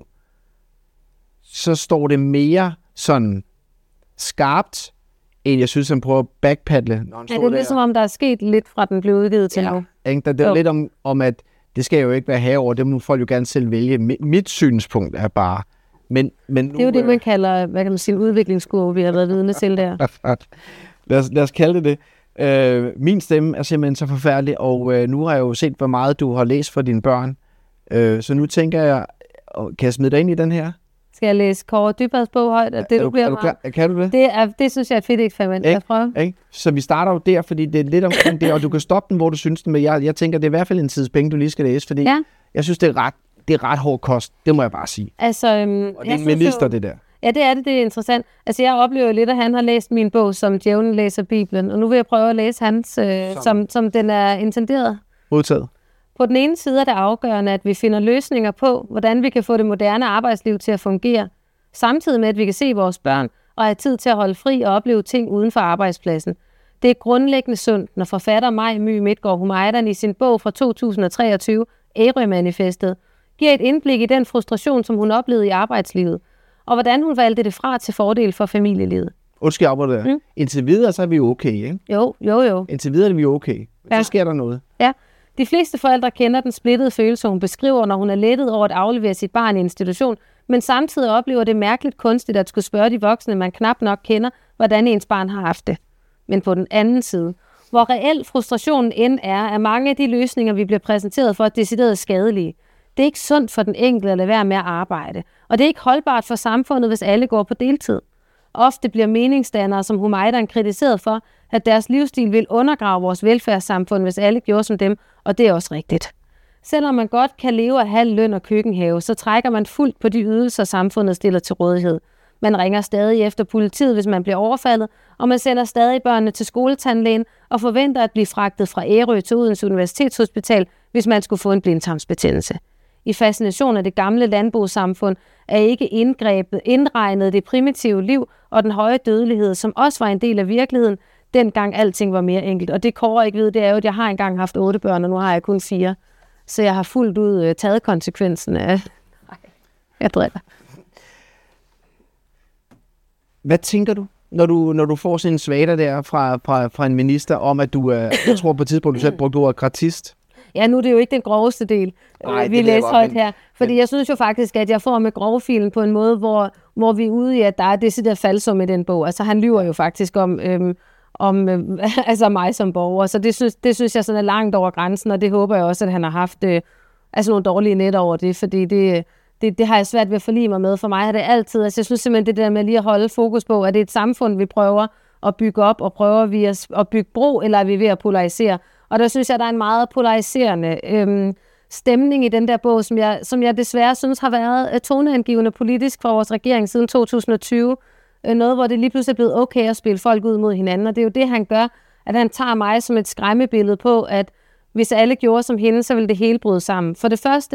så står det mere sådan skarpt, end jeg synes, han prøver at backpaddle. Når han ja, det er ligesom om, der er sket lidt fra den blev udgivet til ja, nu. Ikke? Der, det er jo. lidt om, om, at det skal jo ikke være herover, det må folk jo gerne selv vælge. Mit synspunkt er bare... Men, men nu, det er jo det, man kalder, hvad kan man sige, udviklingskurve, vi har været vidne til der. lad, os, lad os kalde det det. Øh, min stemme er simpelthen så forfærdelig, og øh, nu har jeg jo set, hvor meget du har læst for dine børn. Øh, så nu tænker jeg, kan jeg smide dig ind i den her? Skal jeg læse Kaare Dybvads bog højt? Det, er, du, er du klar? Kan du det? Det, er, det synes jeg er et fedt eksperiment. Jeg prøver. Ikke? Så vi starter jo der, fordi det er lidt omkring det, og du kan stoppe den, hvor du synes den, men jeg, jeg tænker, det er i hvert fald en tids penge, du lige skal læse, fordi ja. jeg synes, det er, ret, det er ret hård kost. Det må jeg bare sige. Altså, øhm, og det er en minister, jo, det der. Ja, det er det. Det er interessant. Altså, jeg oplever lidt, at han har læst min bog, som djævlen læser Bibelen, og nu vil jeg prøve at læse hans, øh, som, som, som den er intenderet. Modtaget. På den ene side er det afgørende, at vi finder løsninger på, hvordan vi kan få det moderne arbejdsliv til at fungere, samtidig med, at vi kan se vores børn og have tid til at holde fri og opleve ting uden for arbejdspladsen. Det er grundlæggende sundt, når forfatter Maj My Midtgaard Humaydan i sin bog fra to tusind og treogtyve, Ærø-manifestet, giver et indblik i den frustration, som hun oplevede i arbejdslivet, og hvordan hun valgte det fra til fordel for familielivet. Undskyld, jeg arbejder der. Mm. Indtil videre, så er vi jo okay, ikke? Jo, jo, jo. Indtil videre er vi okay. Ja. Så sker der noget. Ja. De fleste forældre kender den splittede følelse, hun beskriver, når hun er lettet over at aflevere sit barn i institution, men samtidig oplever det mærkeligt kunstigt at skulle spørge de voksne, man knap nok kender, hvordan ens barn har haft det. Men på den anden side, hvor reel frustrationen end er, er mange af de løsninger, vi bliver præsenteret for, decideret skadelige. Det er ikke sundt for den enkelte at lade være med at arbejde, og det er ikke holdbart for samfundet, hvis alle går på deltid. Ofte bliver meningsdannere, som Humaydan, kritiseret for, at deres livsstil vil undergrave vores velfærdssamfund, hvis alle gjorde som dem, og det er også rigtigt. Selvom man godt kan leve af halv løn og køkkenhave, så trækker man fuldt på de ydelser, samfundet stiller til rådighed. Man ringer stadig efter politiet, hvis man bliver overfaldet, og man sender stadig børnene til skoletandlægen og forventer at blive fragtet fra Ærø til Odense Universitetshospital, hvis man skulle få en blindtarmsbetændelse. I fascination af det gamle landbrugssamfund er ikke indgrebet, indregnet det primitive liv og den høje dødelighed, som også var en del af virkeligheden, dengang alting var mere enkelt. Og det Kaare ikke ved, det er jo, at jeg har engang haft otte børn, og nu har jeg kun fire. Så jeg har fuldt ud øh, taget konsekvensen af... Nej, jeg driller. Hvad tænker du, når du, når du får sådan en svater der fra, fra, fra en minister, om at du, øh, jeg tror på et tidspunkt, du selv brugte ordet gratist? Ja, nu er det jo ikke den groveste del, Ej, vi læser højt her. Fordi men... jeg synes jo faktisk, at jeg får med grovfilen på en måde, hvor, hvor vi er ude i, at der er det der faldsum i den bog. Altså, han lyver jo faktisk om, øhm, om øhm, altså mig som borger. Så det synes, det synes jeg sådan er langt over grænsen, og det håber jeg også, at han har haft øh, altså nogle dårlige net over det, fordi det, det, det har jeg svært ved at forlige mig med. For mig har det altid, altså jeg synes simpelthen, det der med lige at holde fokus på, at det er et samfund, vi prøver at bygge op, og prøver vi at, at bygge bro, eller er vi ved at polarisere? Og der synes jeg, der er en meget polariserende øhm, stemning i den der bog, som jeg, som jeg desværre synes har været uh, toneangivende politisk for vores regering siden to tusind og tyve. Uh, noget, hvor det lige pludselig er blevet okay at spille folk ud mod hinanden. Og det er jo det, han gør, at han tager mig som et skræmmebillede på, at hvis alle gjorde som hende, så ville det hele bryde sammen. For det første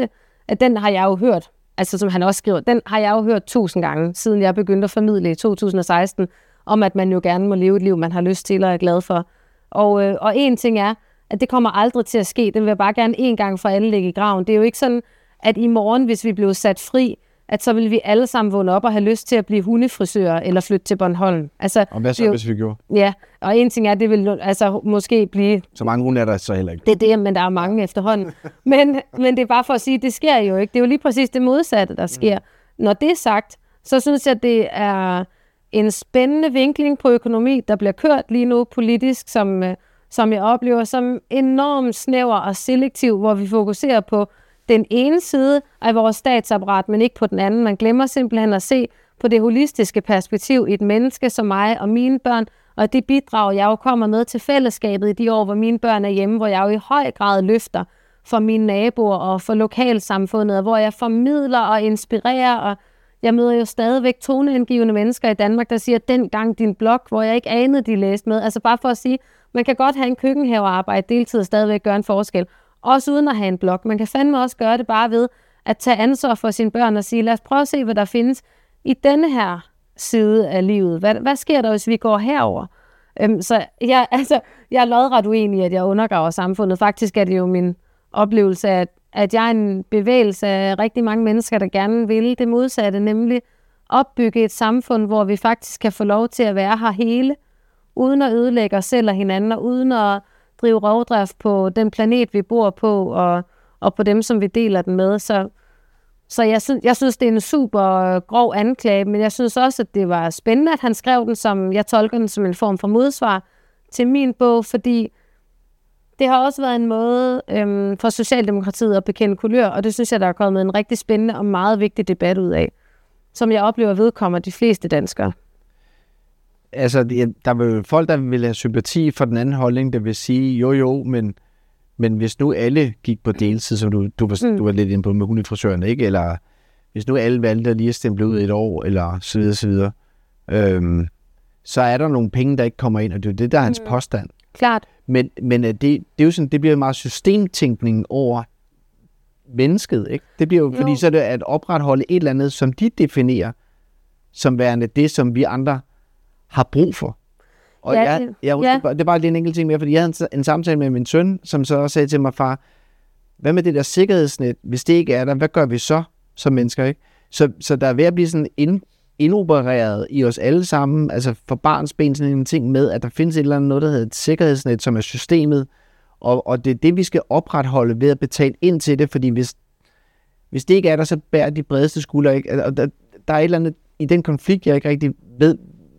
at den har jeg jo hørt, altså som han også skriver, den har jeg jo hørt tusind gange, siden jeg begyndte at formidle i to tusind og seksten, om at man jo gerne må leve et liv, man har lyst til og er glad for. Og, øh, og en ting er, at det kommer aldrig til at ske. Det vil jeg bare gerne en gang for alle lægge i graven. Det er jo ikke sådan, at i morgen, hvis vi blev sat fri, at så vil vi alle sammen vågne op og have lyst til at blive hundefrisører eller flytte til Bornholm. Altså, og hvad så, jo, hvis vi gjorde? Ja, og en ting er, at det vil altså måske blive... Så mange hunde er der så heller ikke. Det er det, men der er mange efterhånden. men, men det er bare for at sige, at det sker jo ikke. Det er jo lige præcis det modsatte, der sker. Mm. Når det er sagt, så synes jeg, at det er en spændende vinkling på økonomi, der bliver kørt lige nu politisk, som, som jeg oplever som enormt snæver og selektiv, hvor vi fokuserer på den ene side af vores statsapparat, men ikke på den anden. Man glemmer simpelthen at se på det holistiske perspektiv i et menneske som mig og mine børn, og det bidrag, jeg jo kommer med til fællesskabet i de år, hvor mine børn er hjemme, hvor jeg jo i høj grad løfter for mine naboer og for lokalsamfundet, hvor jeg formidler og inspirerer, og jeg møder jo stadigvæk toneangivende mennesker i Danmark, der siger, dengang din blog, hvor jeg ikke anede, de læste med. Altså bare for at sige, man kan godt have en køkkenhavearbejde deltid og stadigvæk gøre en forskel. Også uden at have en blog. Man kan fandme også gøre det bare ved at tage ansvar for sine børn og sige, lad os prøve at se, hvad der findes i denne her side af livet. Hvad, hvad sker der, hvis vi går herover? Øhm, så jeg, altså, jeg er lodret uenig i, at jeg undergraver samfundet. Faktisk er det jo min oplevelse, at, at jeg er en bevægelse af rigtig mange mennesker, der gerne vil det modsatte, nemlig opbygge et samfund, hvor vi faktisk kan få lov til at være her hele, uden at ødelægge os selv og hinanden, og uden at drive rovdrift på den planet, vi bor på, og, og på dem, som vi deler den med. Så, så jeg, synes, jeg synes, det er en super grov anklage, men jeg synes også, at det var spændende, at han skrev den, som jeg tolker den som en form for modsvar til min bog, fordi det har også været en måde øhm, for Socialdemokratiet at bekende kulør, og det synes jeg, der er kommet en rigtig spændende og meget vigtig debat ud af, som jeg oplever vedkommer de fleste danskere. Altså, der er jo folk, der vil have sympati for den anden holdning, der vil sige, jo jo, men, men hvis nu alle gik på deltid, som du, du, var, mm. du var lidt inde på med hundefrisøren, ikke? Eller hvis nu alle valgte lige at stemple ud et år, eller så videre, så videre, øhm, så er der nogle penge, der ikke kommer ind, og det er det, der er hans mm. påstand. Klart. Men, men det, det er jo sådan, det bliver meget systemtænkning over mennesket, ikke? Det bliver jo, jo, fordi så er det at opretholde et eller andet, som de definerer som værende det, som vi andre har brug for. Og ja, jeg, jeg, ja. det er bare lige en enkelt ting mere, fordi jeg havde en, en samtale med min søn, som så sagde til mig, far, hvad med det der sikkerhedsnet, hvis det ikke er der, hvad gør vi så som mennesker, ikke? Så, så der er ved at blive sådan ind, indopereret i os alle sammen, altså for barns ben sådan en ting med, at der findes et eller andet noget, der hedder et sikkerhedsnet, som er systemet, og, og det er det, vi skal opretholde ved at betale ind til det, fordi hvis, hvis det ikke er der, så bærer de bredeste skuldre, ikke? Og der, der er et eller andet i den konflikt, jeg ikke rigtig ved,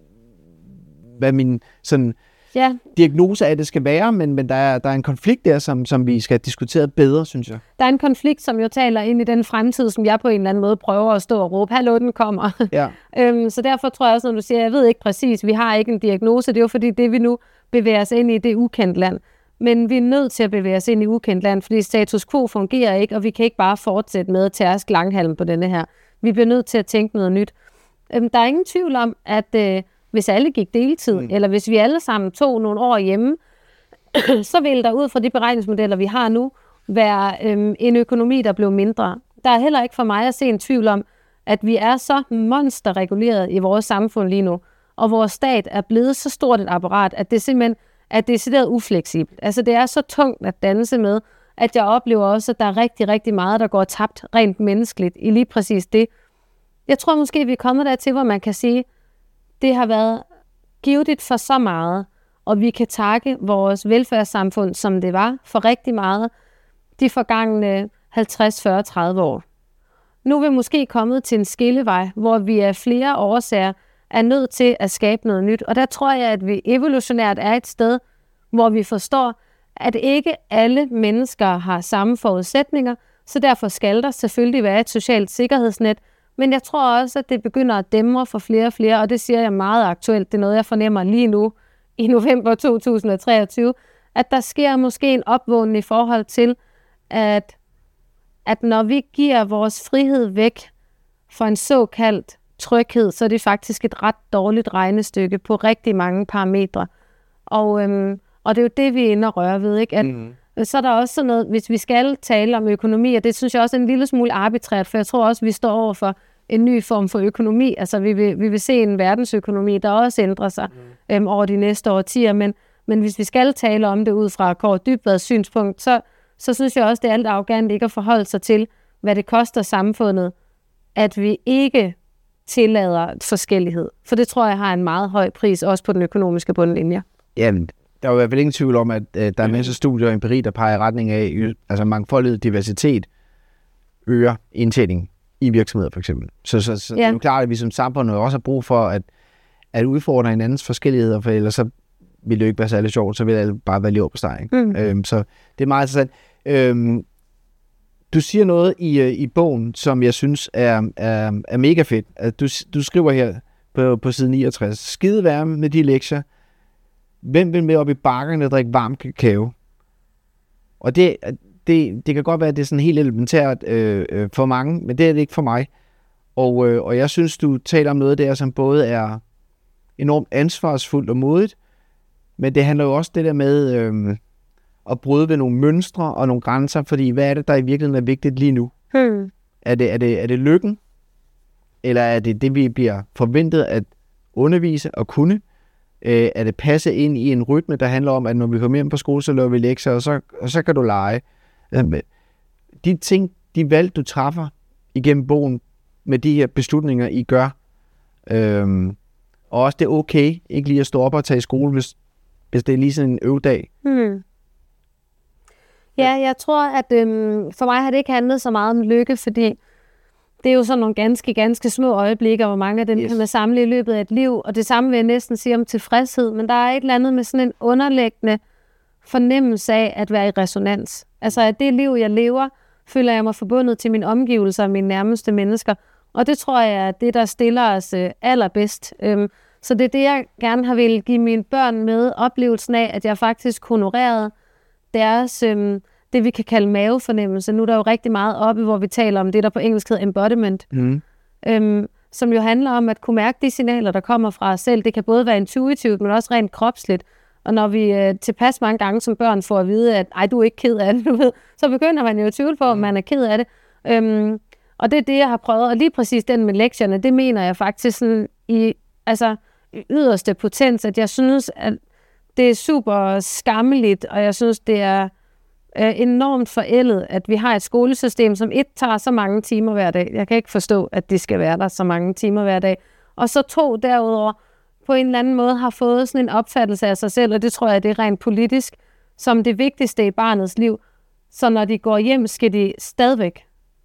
hvad min sådan ja. diagnose af det skal være, men, men der, er, der er en konflikt der, som, som vi skal diskutere bedre, synes jeg. Der er en konflikt, som jo taler ind i den fremtid, som jeg på en eller anden måde prøver at stå og råbe, hallo, den kommer. Ja. øhm, så derfor tror jeg også, når du siger, jeg ved ikke præcis, vi har ikke en diagnose, det er jo fordi, det vi nu bevæger os ind i, det er ukendt land. Men vi er nødt til at bevæge os ind i ukendt land, fordi status quo fungerer ikke, og vi kan ikke bare fortsætte med at tærske langhalm på denne her. Vi bliver nødt til at tænke noget nyt. Øhm, der er ingen tvivl om, at øh, hvis alle gik deltid, mm. eller hvis vi alle sammen tog nogle år hjemme, så ville der ud fra de beregningsmodeller, vi har nu, være øhm, en økonomi, der blev mindre. Der er heller ikke for mig at se en tvivl om, at vi er så monsterreguleret i vores samfund lige nu, og vores stat er blevet så stort et apparat, at det simpelthen er decideret ufleksibelt. Altså det er så tungt at danse med, at jeg oplever også, at der er rigtig, rigtig meget, der går tabt rent menneskeligt i lige præcis det. Jeg tror måske, vi er kommet dertil, hvor man kan sige, det har været givet for så meget, og vi kan takke vores velfærdssamfund, som det var, for rigtig meget de forgangne halvtreds, fyrre, tredive år. Nu er vi måske kommet til en skillevej, hvor vi af flere årsager er nødt til at skabe noget nyt. Og der tror jeg, at vi evolutionært er et sted, hvor vi forstår, at ikke alle mennesker har samme forudsætninger, så derfor skal der selvfølgelig være et socialt sikkerhedsnet. Men jeg tror også, at det begynder at dæmre for flere og flere, og det siger jeg meget aktuelt. Det er noget, jeg fornemmer lige nu i november to tusind og treogtyve, at der sker måske en opvågning i forhold til, at, at når vi giver vores frihed væk for en såkaldt tryghed, så er det faktisk et ret dårligt regnestykke på rigtig mange parametre. Og, øhm, og det er jo det, vi er inde og røre ved, ikke? At, mm. Så er der også sådan noget, hvis vi skal tale om økonomi, og det synes jeg også er en lille smule arbitrært, for jeg tror også, vi står over for en ny form for økonomi. Altså vi vil, vi vil se en verdensøkonomi, der også ændrer sig mm. øhm, over de næste årtier, men, men hvis vi skal tale om det ud fra Kaare Dybvads synspunkt, så, så synes jeg også, det er alt afgørende ikke at forholde sig til, hvad det koster samfundet, at vi ikke tillader forskellighed. For det tror jeg har en meget høj pris, også på den økonomiske bundlinje. Jamen, der er jo i hvert fald ingen tvivl om, at øh, der er masser af studier og empiri, der peger i retning af, altså mangfoldighed, diversitet øger indtjening i virksomheder for eksempel. Så, så, så ja. Det er jo klart, at vi som samfund også har brug for at, at udfordre hinandens forskelligheder, for ellers så vil det jo ikke være særlig sjovt, så vil det bare være lige over på steg. Mm. Øhm, så det er meget interessant. Øhm, du siger noget i, i bogen, som jeg synes er, er, er mega fedt. At du, du skriver her på, på side niogtres. Skide varme med de lektier. Hvem vil med op i bakkerne og drikke varm kakao? Og det, det, det kan godt være, at det er sådan helt elementært øh, øh, for mange, men det er det ikke for mig. Og, øh, og jeg synes, du taler om noget der, som både er enormt ansvarsfuldt og modigt, men det handler jo også det der med øh, at bryde ved nogle mønstre og nogle grænser, fordi hvad er det, der i virkeligheden er vigtigt lige nu? Hmm. Er det, er det, er det lykken? Eller er det det, vi bliver forventet at undervise og kunne? Øh, er det passe ind i en rytme, der handler om, at når vi kommer hjem på skole, så laver vi lektier, og så, og så kan du lege. De ting, de valg, du træffer igennem bogen, med de her beslutninger, I gør, øhm, og også det er okay, ikke lige at stå op og tage i skole, hvis, hvis det er lige sådan en øvedag. Hmm. Ja, jeg tror, at øhm, for mig har det ikke handlet så meget om lykke, fordi det er jo sådan nogle ganske, ganske små øjeblikker, hvor mange af dem yes. kan man samle i løbet af et liv, og det samme vil jeg næsten sige om tilfredshed, men der er et eller andet med sådan en underliggende fornemmelse af at være i resonans. Altså, at det liv, jeg lever, føler jeg mig forbundet til mine omgivelser og mine nærmeste mennesker, og det tror jeg er det, der stiller os øh, allerbedst. Øhm, så det er det, jeg gerne har ville give mine børn med, oplevelsen af, at jeg faktisk honorerede deres... Øh, det vi kan kalde mavefornemmelse. Nu er der jo rigtig meget oppe, hvor vi taler om det, der på engelsk hedder embodiment, mm. øhm, som jo handler om at kunne mærke de signaler, der kommer fra os selv. Det kan både være intuitivt, men også rent kropsligt. Og når vi øh, tilpas mange gange som børn får at vide, at ej, du er ikke ked af det, du ved, så begynder man jo at tvivle på, om man er ked af det. Øhm, og det er det, jeg har prøvet. Og lige præcis den med lektierne, det mener jeg faktisk sådan i, altså, i yderste potens, at jeg synes, at det er super skammeligt, og jeg synes, det er Øh, enormt forældet, at vi har et skolesystem, som et tager så mange timer hver dag. Jeg kan ikke forstå, at de skal være der så mange timer hver dag. Og så to derudover på en eller anden måde har fået sådan en opfattelse af sig selv, og det tror jeg, det er rent politisk, som det vigtigste i barnets liv. Så når de går hjem, skal de stadigvæk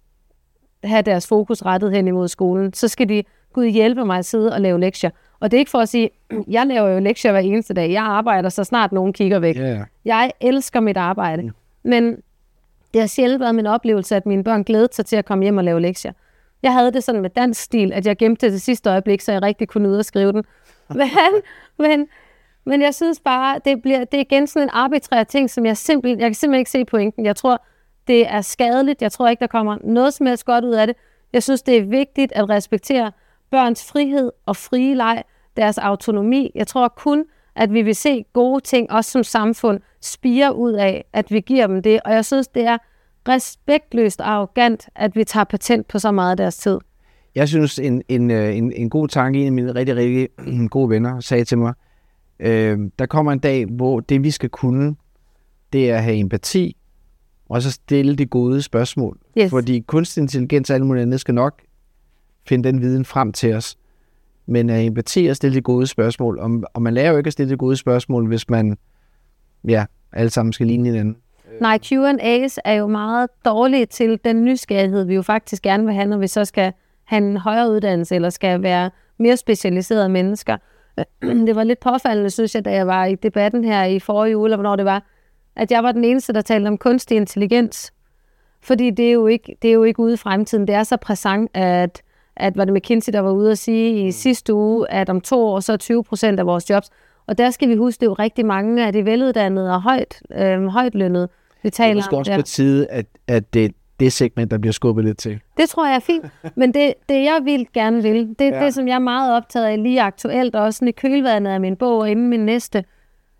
have deres fokus rettet hen imod skolen. Så skal de, Gud hjælpe mig at sidde og lave lektier. Og det er ikke for at sige, jeg laver jo lektier hver eneste dag. Jeg arbejder, så snart nogen kigger væk. Yeah. Jeg elsker mit arbejde. Yeah. Men det har sjældent været min oplevelse, at mine børn glædede sig til at komme hjem og lave lektier. Jeg havde det sådan med dansk stil, at jeg gemte det til sidste øjeblik, så jeg rigtig kunne nyde at skrive den. Men, men, men jeg synes bare, det, bliver, det er igen sådan en arbitrær ting, som jeg simpelthen, jeg kan simpelthen ikke se pointen. Jeg tror, det er skadeligt. Jeg tror ikke, der kommer noget som helst godt ud af det. Jeg synes, det er vigtigt at respektere børns frihed og frie leg, deres autonomi. Jeg tror kun, at vi vil se gode ting, også som samfund, spire ud af, at vi giver dem det. Og jeg synes, det er respektløst og arrogant, at vi tager patent på så meget af deres tid. Jeg synes, en, en, en, en god tanke, en af mine rigtig, rigtig gode venner sagde til mig, øh, der kommer en dag, hvor det, vi skal kunne, det er at have empati, og så stille de gode spørgsmål. Yes. Fordi kunstig intelligens og alle mulige andre skal nok finde den viden frem til os. Men at empati og stille de gode spørgsmål. Og, og man lærer jo ikke at stille de gode spørgsmål, hvis man, ja, alle sammen skal ligne hinanden. Nej, Q and A's er jo meget dårlige til den nysgerrighed, vi jo faktisk gerne vil have, når vi så skal have en højere uddannelse, eller skal være mere specialiserede mennesker. Det var lidt påfaldende, synes jeg, da jeg var i debatten her i forrige uge, eller hvornår det var, at jeg var den eneste, der talte om kunstig intelligens. Fordi det er jo ikke, det er jo ikke ude i fremtiden. Det er så præsent, at at var det McKinsey, der var ude at sige i sidste uge, at om to år, så er tyve procent af vores jobs. Og der skal vi huske, det er jo rigtig mange af de veluddannede og højt, øh, højt lønnede, vi taler om. Det er også på tide, at, at det det segment, der bliver skubbet lidt til. Det tror jeg er fint, men det, det jeg vil gerne vil, det er ja. det, som jeg er meget optaget af lige aktuelt, og også i kølvandet af min bog og inden min næste,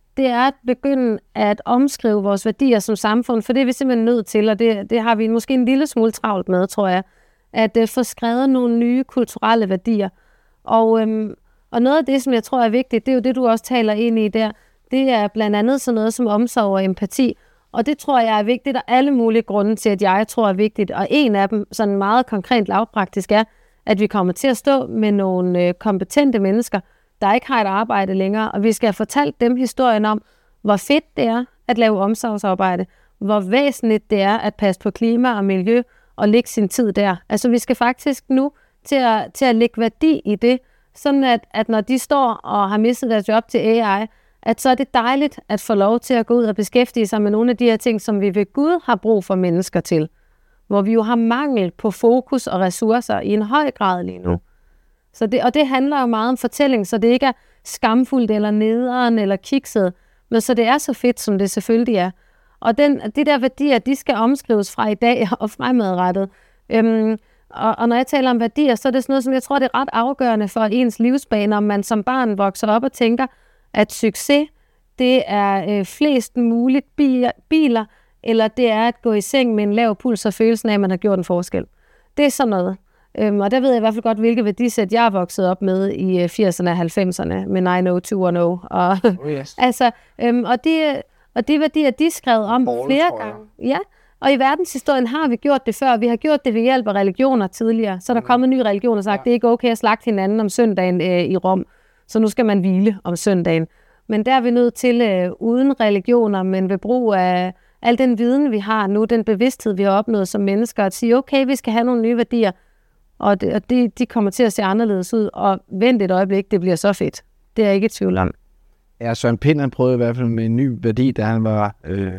det er at begynde at omskrive vores værdier som samfund, for det er vi simpelthen nødt til, og det, det har vi måske en lille smule travlt med, tror jeg, at uh, få skrevet nogle nye kulturelle værdier. Og, øhm, og noget af det, som jeg tror er vigtigt, det er jo det, du også taler ind i der, det er blandt andet sådan noget som omsorg og empati, og det tror jeg er vigtigt, og alle mulige grunde til, at jeg tror er vigtigt, og en af dem, sådan meget konkret lavpraktisk, er, at vi kommer til at stå med nogle øh, kompetente mennesker, der ikke har et arbejde længere, og vi skal have fortalt dem historien om, hvor fedt det er at lave omsorgsarbejde, hvor væsentligt det er at passe på klima og miljø, og lægge sin tid der. Altså vi skal faktisk nu til at, til at lægge værdi i det, sådan at, at når de står og har mistet deres job til A I, at så er det dejligt at få lov til at gå ud og beskæftige sig med nogle af de her ting, som vi ved Gud har brug for mennesker til. Hvor vi jo har mangel på fokus og ressourcer i en høj grad lige nu. Så det, og det handler jo meget om fortælling, så det ikke er skamfuldt eller nederen eller kikset, men så det er så fedt, som det selvfølgelig er. Og den, de der værdier, de skal omskrives fra i dag og fremadrettet. Øhm, og, og når jeg taler om værdier, så er det sådan noget, som jeg tror, det er ret afgørende for ens livsbane, om man som barn vokser op og tænker, at succes, det er øh, flest muligt biler, biler, eller det er at gå i seng med en lav puls og følelsen af, at man har gjort en forskel. Det er sådan noget. Øhm, og der ved jeg i hvert fald godt, hvilke værdisæt jeg er vokset op med i firserne og halvfemserne med nine oh two one oh. Og, oh yes. altså, øhm, og, de, og de værdier, de er skrevet om Ball, flere gange. Ja, og i verdenshistorien har vi gjort det før. Vi har gjort det ved hjælp af religioner tidligere. Så er der mm. kommet en ny religion og sagt, ja. Det er ikke okay at slagte hinanden om søndagen øh, i Rom. Så nu skal man hvile om søndagen. Men der er vi nødt til, øh, uden religioner, men ved brug af al den viden, vi har nu, den bevidsthed, vi har opnået som mennesker, at sige, okay, vi skal have nogle nye værdier, og, det, og de, de kommer til at se anderledes ud, og vent et øjeblik, det bliver så fedt. Det er jeg ikke i tvivl om. Ja, Søren Pind, han prøvede i hvert fald med en ny værdi, da han var, øh,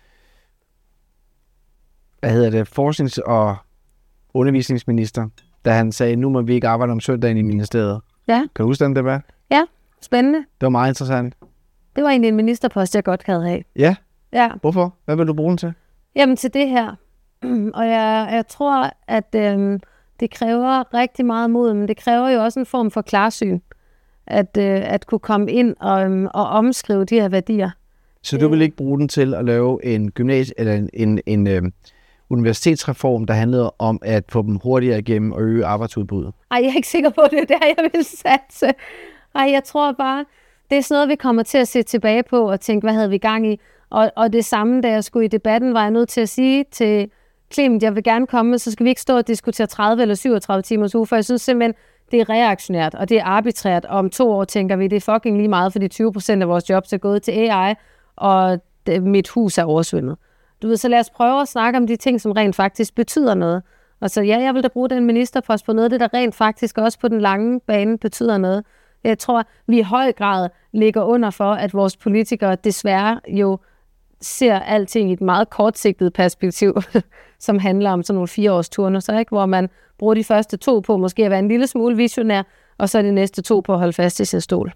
hvad hedder det, forsknings- og undervisningsminister, da han sagde, nu må vi ikke arbejde om søndagen i ministeriet. Ja. Kan du huske den, det var? Ja, spændende. Det var meget interessant. Det var egentlig en ministerpost, jeg godt havde have. Ja? Ja. Hvorfor? Hvad vil du bruge den til? Jamen til det her. Og jeg, jeg tror, at øhm, det kræver rigtig meget mod, men det kræver jo også en form for klarsyn. At, øh, at kunne komme ind og, øhm, og omskrive de her værdier. Så du vil ikke bruge den til at lave en gymnasie eller en, en, en øh, universitetsreform, der handlede om at få dem hurtigere igennem og øge arbejdsudbuddet? Ej, jeg er ikke sikker på, at det er der, jeg vil satse. Ej, jeg tror bare, det er sådan noget, vi kommer til at se tilbage på og tænke, hvad havde vi gang i? Og, og det samme, da jeg skulle i debatten, var jeg nødt til at sige til Clement, jeg vil gerne komme, så skal vi ikke stå og diskutere tredive eller syvogtredive timers uge, for jeg synes simpelthen, det er reaktionært, og det er arbitrært, og om to år tænker vi, det er fucking lige meget, fordi tyve procent af vores jobs er gået til A I, og det, mit hus er oversvømmet. Du ved, så lad os prøve at snakke om de ting, som rent faktisk betyder noget. Og så ja, jeg vil da bruge den ministerpost på noget af det, der rent faktisk også på den lange bane betyder noget. Jeg tror, vi i høj grad ligger under for, at vores politikere desværre jo ser alting i et meget kortsigtet perspektiv, som handler om sådan nogle fireårs turnuser, ikke? Hvor man bruger de første to på måske at være en lille smule visionær, og så de næste to på at holde fast i sin stol.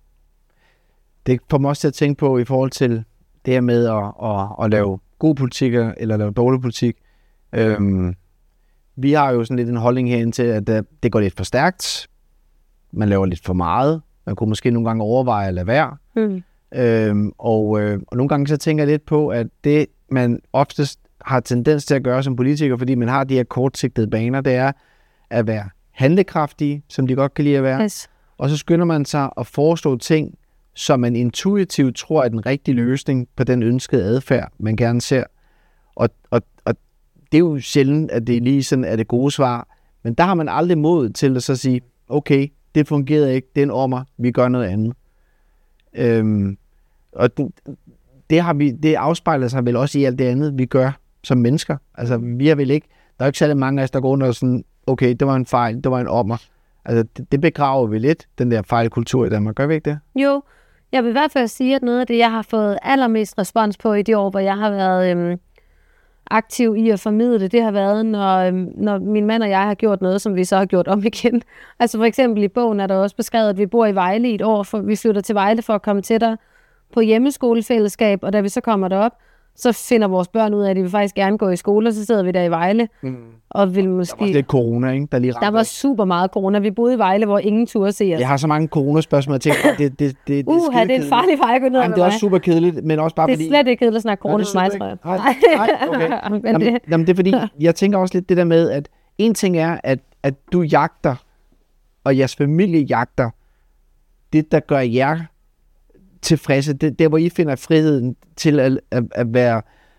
Det får mig også til at tænke på i forhold til det her med at, at, at lave god politik eller lave dårlig politik. Øhm, vi har jo sådan lidt en holdning herinde til, at det går lidt for stærkt. Man laver lidt for meget. Man kunne måske nogle gange overveje at lade være. Mm. Øhm, og, øh, og nogle gange så tænker jeg lidt på, at det man oftest har tendens til at gøre som politiker, fordi man har de her kortsigtede baner, det er at være handlekraftige, som de godt kan lide at være. Yes. Og så skynder man sig at foreslå ting, som man intuitivt tror er den rigtige løsning på den ønskede adfærd, man gerne ser. Og, og, og det er jo sjældent, at det lige sådan er det gode svar, men der har man aldrig mod til at så sige, okay, det fungerede ikke, det er en ommer, vi gør noget andet. Øhm, og det, det, har vi, det afspejler sig vel også i alt det andet, vi gør som mennesker. Altså, vi er vel ikke, der er ikke særlig mange af os, der går under og sådan, okay, det var en fejl, det var en ommer. Altså, det, det begraver vi lidt, den der fejlkultur i Danmark. Gør vi ikke det? Jo, jeg vil i hvert fald sige, at noget af det, jeg har fået allermest respons på i de år, hvor jeg har været øhm, aktiv i at formidle det, det har været, når, øhm, når min mand og jeg har gjort noget, som vi så har gjort om igen. Altså for eksempel i bogen er der også beskrevet, at vi bor i Vejle i et år, for vi flytter til Vejle for at komme tættere på hjemmeskolefællesskab, og da vi så kommer derop, Så finder vores børn ud af, at de vil faktisk gerne gå i skole, og så sidder vi der i Vejle. Mm. Og vil måske... Der var lidt corona, ikke? Der, lige der var super meget corona. Vi boede i Vejle, hvor ingen turde se os. Jeg har så mange coronaspørgsmål, jeg tænker, det, det, det, det, uh, det er en farlig vej at gå ned med mig. Det er også super kedeligt, men også bare det fordi... Det er slet ikke kedeligt at snakke corona med mig, tror jeg. Nej, nej, okay. men jamen, det... Jamen, det er fordi, jeg tænker også lidt det der med, at en ting er, at, at du jagter, og jeres familie jagter, det, der gør jer tilfredse, det der, hvor I finder friheden til at, at, at være...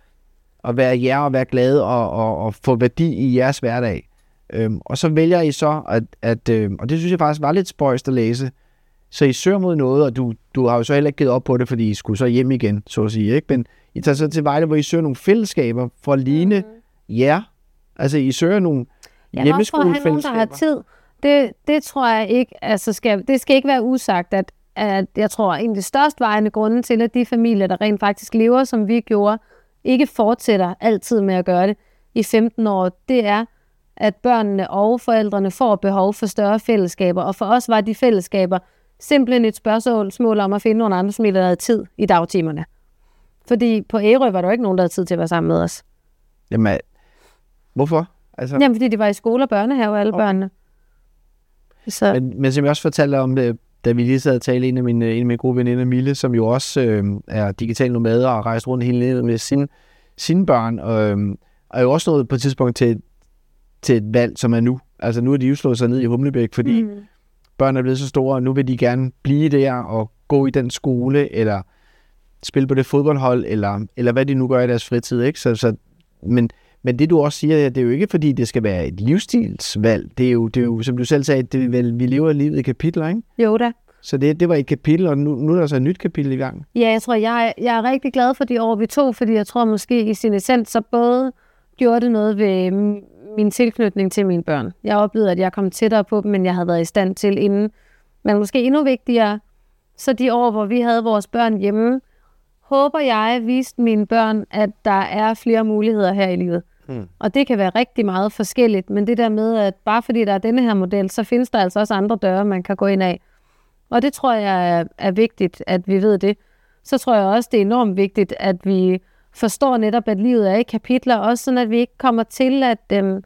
at være jer og være glade og, og, og få værdi i jeres hverdag. Øhm, og så vælger I så, at, at øhm, og det synes jeg faktisk var lidt spøjst at læse, så I søger mod noget, og du, du har jo så heller ikke givet op på det, fordi I skulle så hjem igen, så at sige, ikke? Men I tager så til Vejle, hvor I søger nogle fællesskaber for at ligne mm. jer. Altså, I søger nogle hjemmeskolefællesskaber. Ja, også for at have nogen, der har tid. Det, det tror jeg ikke, altså skal, det skal ikke være usagt, at, at jeg tror, en af de største vejende grunde til, at de familier, der rent faktisk lever, som vi gjorde, ikke fortsætter altid med at gøre det i femten år, det er, at børnene og forældrene får behov for større fællesskaber. Og for os var de fællesskaber simpelthen et spørgsmål om at finde nogle andre familier, der havde tid i dagtimerne. Fordi på Ærø var der jo ikke nogen, der havde tid til at være sammen med os. Jamen, hvorfor? Altså... Jamen, fordi de var i skole og børnehave, alle okay. børnene. Så... Men, men som jeg også fortalte om det, da vi lige sad og talte, en af mine, en af mine gode veninder, Mille, som jo også øh, er digital nomade og har rejst rundt hele livet med sin, sine børn, og øh, er jo også nået på et tidspunkt til, til et valg, som er nu. Altså nu er de jo slået sig ned i Humlebæk, fordi mm. børn er blevet så store, og nu vil de gerne blive der og gå i den skole, eller spille på det fodboldhold, eller, eller hvad de nu gør i deres fritid. Ikke? Så, så, men, men det du også siger, det er jo ikke fordi, det skal være et livsstilsvalg. Det er jo, det er jo som du selv sagde, det er vel, vi lever livet i kapitler, ikke? Jo da. Så det, det var et kapitel, og nu, nu er der så et nyt kapitel i gang. Ja, jeg tror, jeg, jeg er rigtig glad for de år, vi tog, fordi jeg tror måske i sin essens, så både gjorde det noget ved min tilknytning til mine børn. Jeg oplevede, at jeg kom tættere på dem, end jeg havde været i stand til inden. Men måske endnu vigtigere, så de år, hvor vi havde vores børn hjemme, håber jeg viste mine børn, at der er flere muligheder her i livet. Hmm. Og det kan være rigtig meget forskelligt, men det der med, at bare fordi der er denne her model, så findes der altså også andre døre, man kan gå ind af. Og det tror jeg er, er vigtigt, at vi ved det. Så tror jeg også, det er enormt vigtigt, at vi forstår netop, at livet er i kapitler, også sådan, at vi ikke kommer til at, øhm,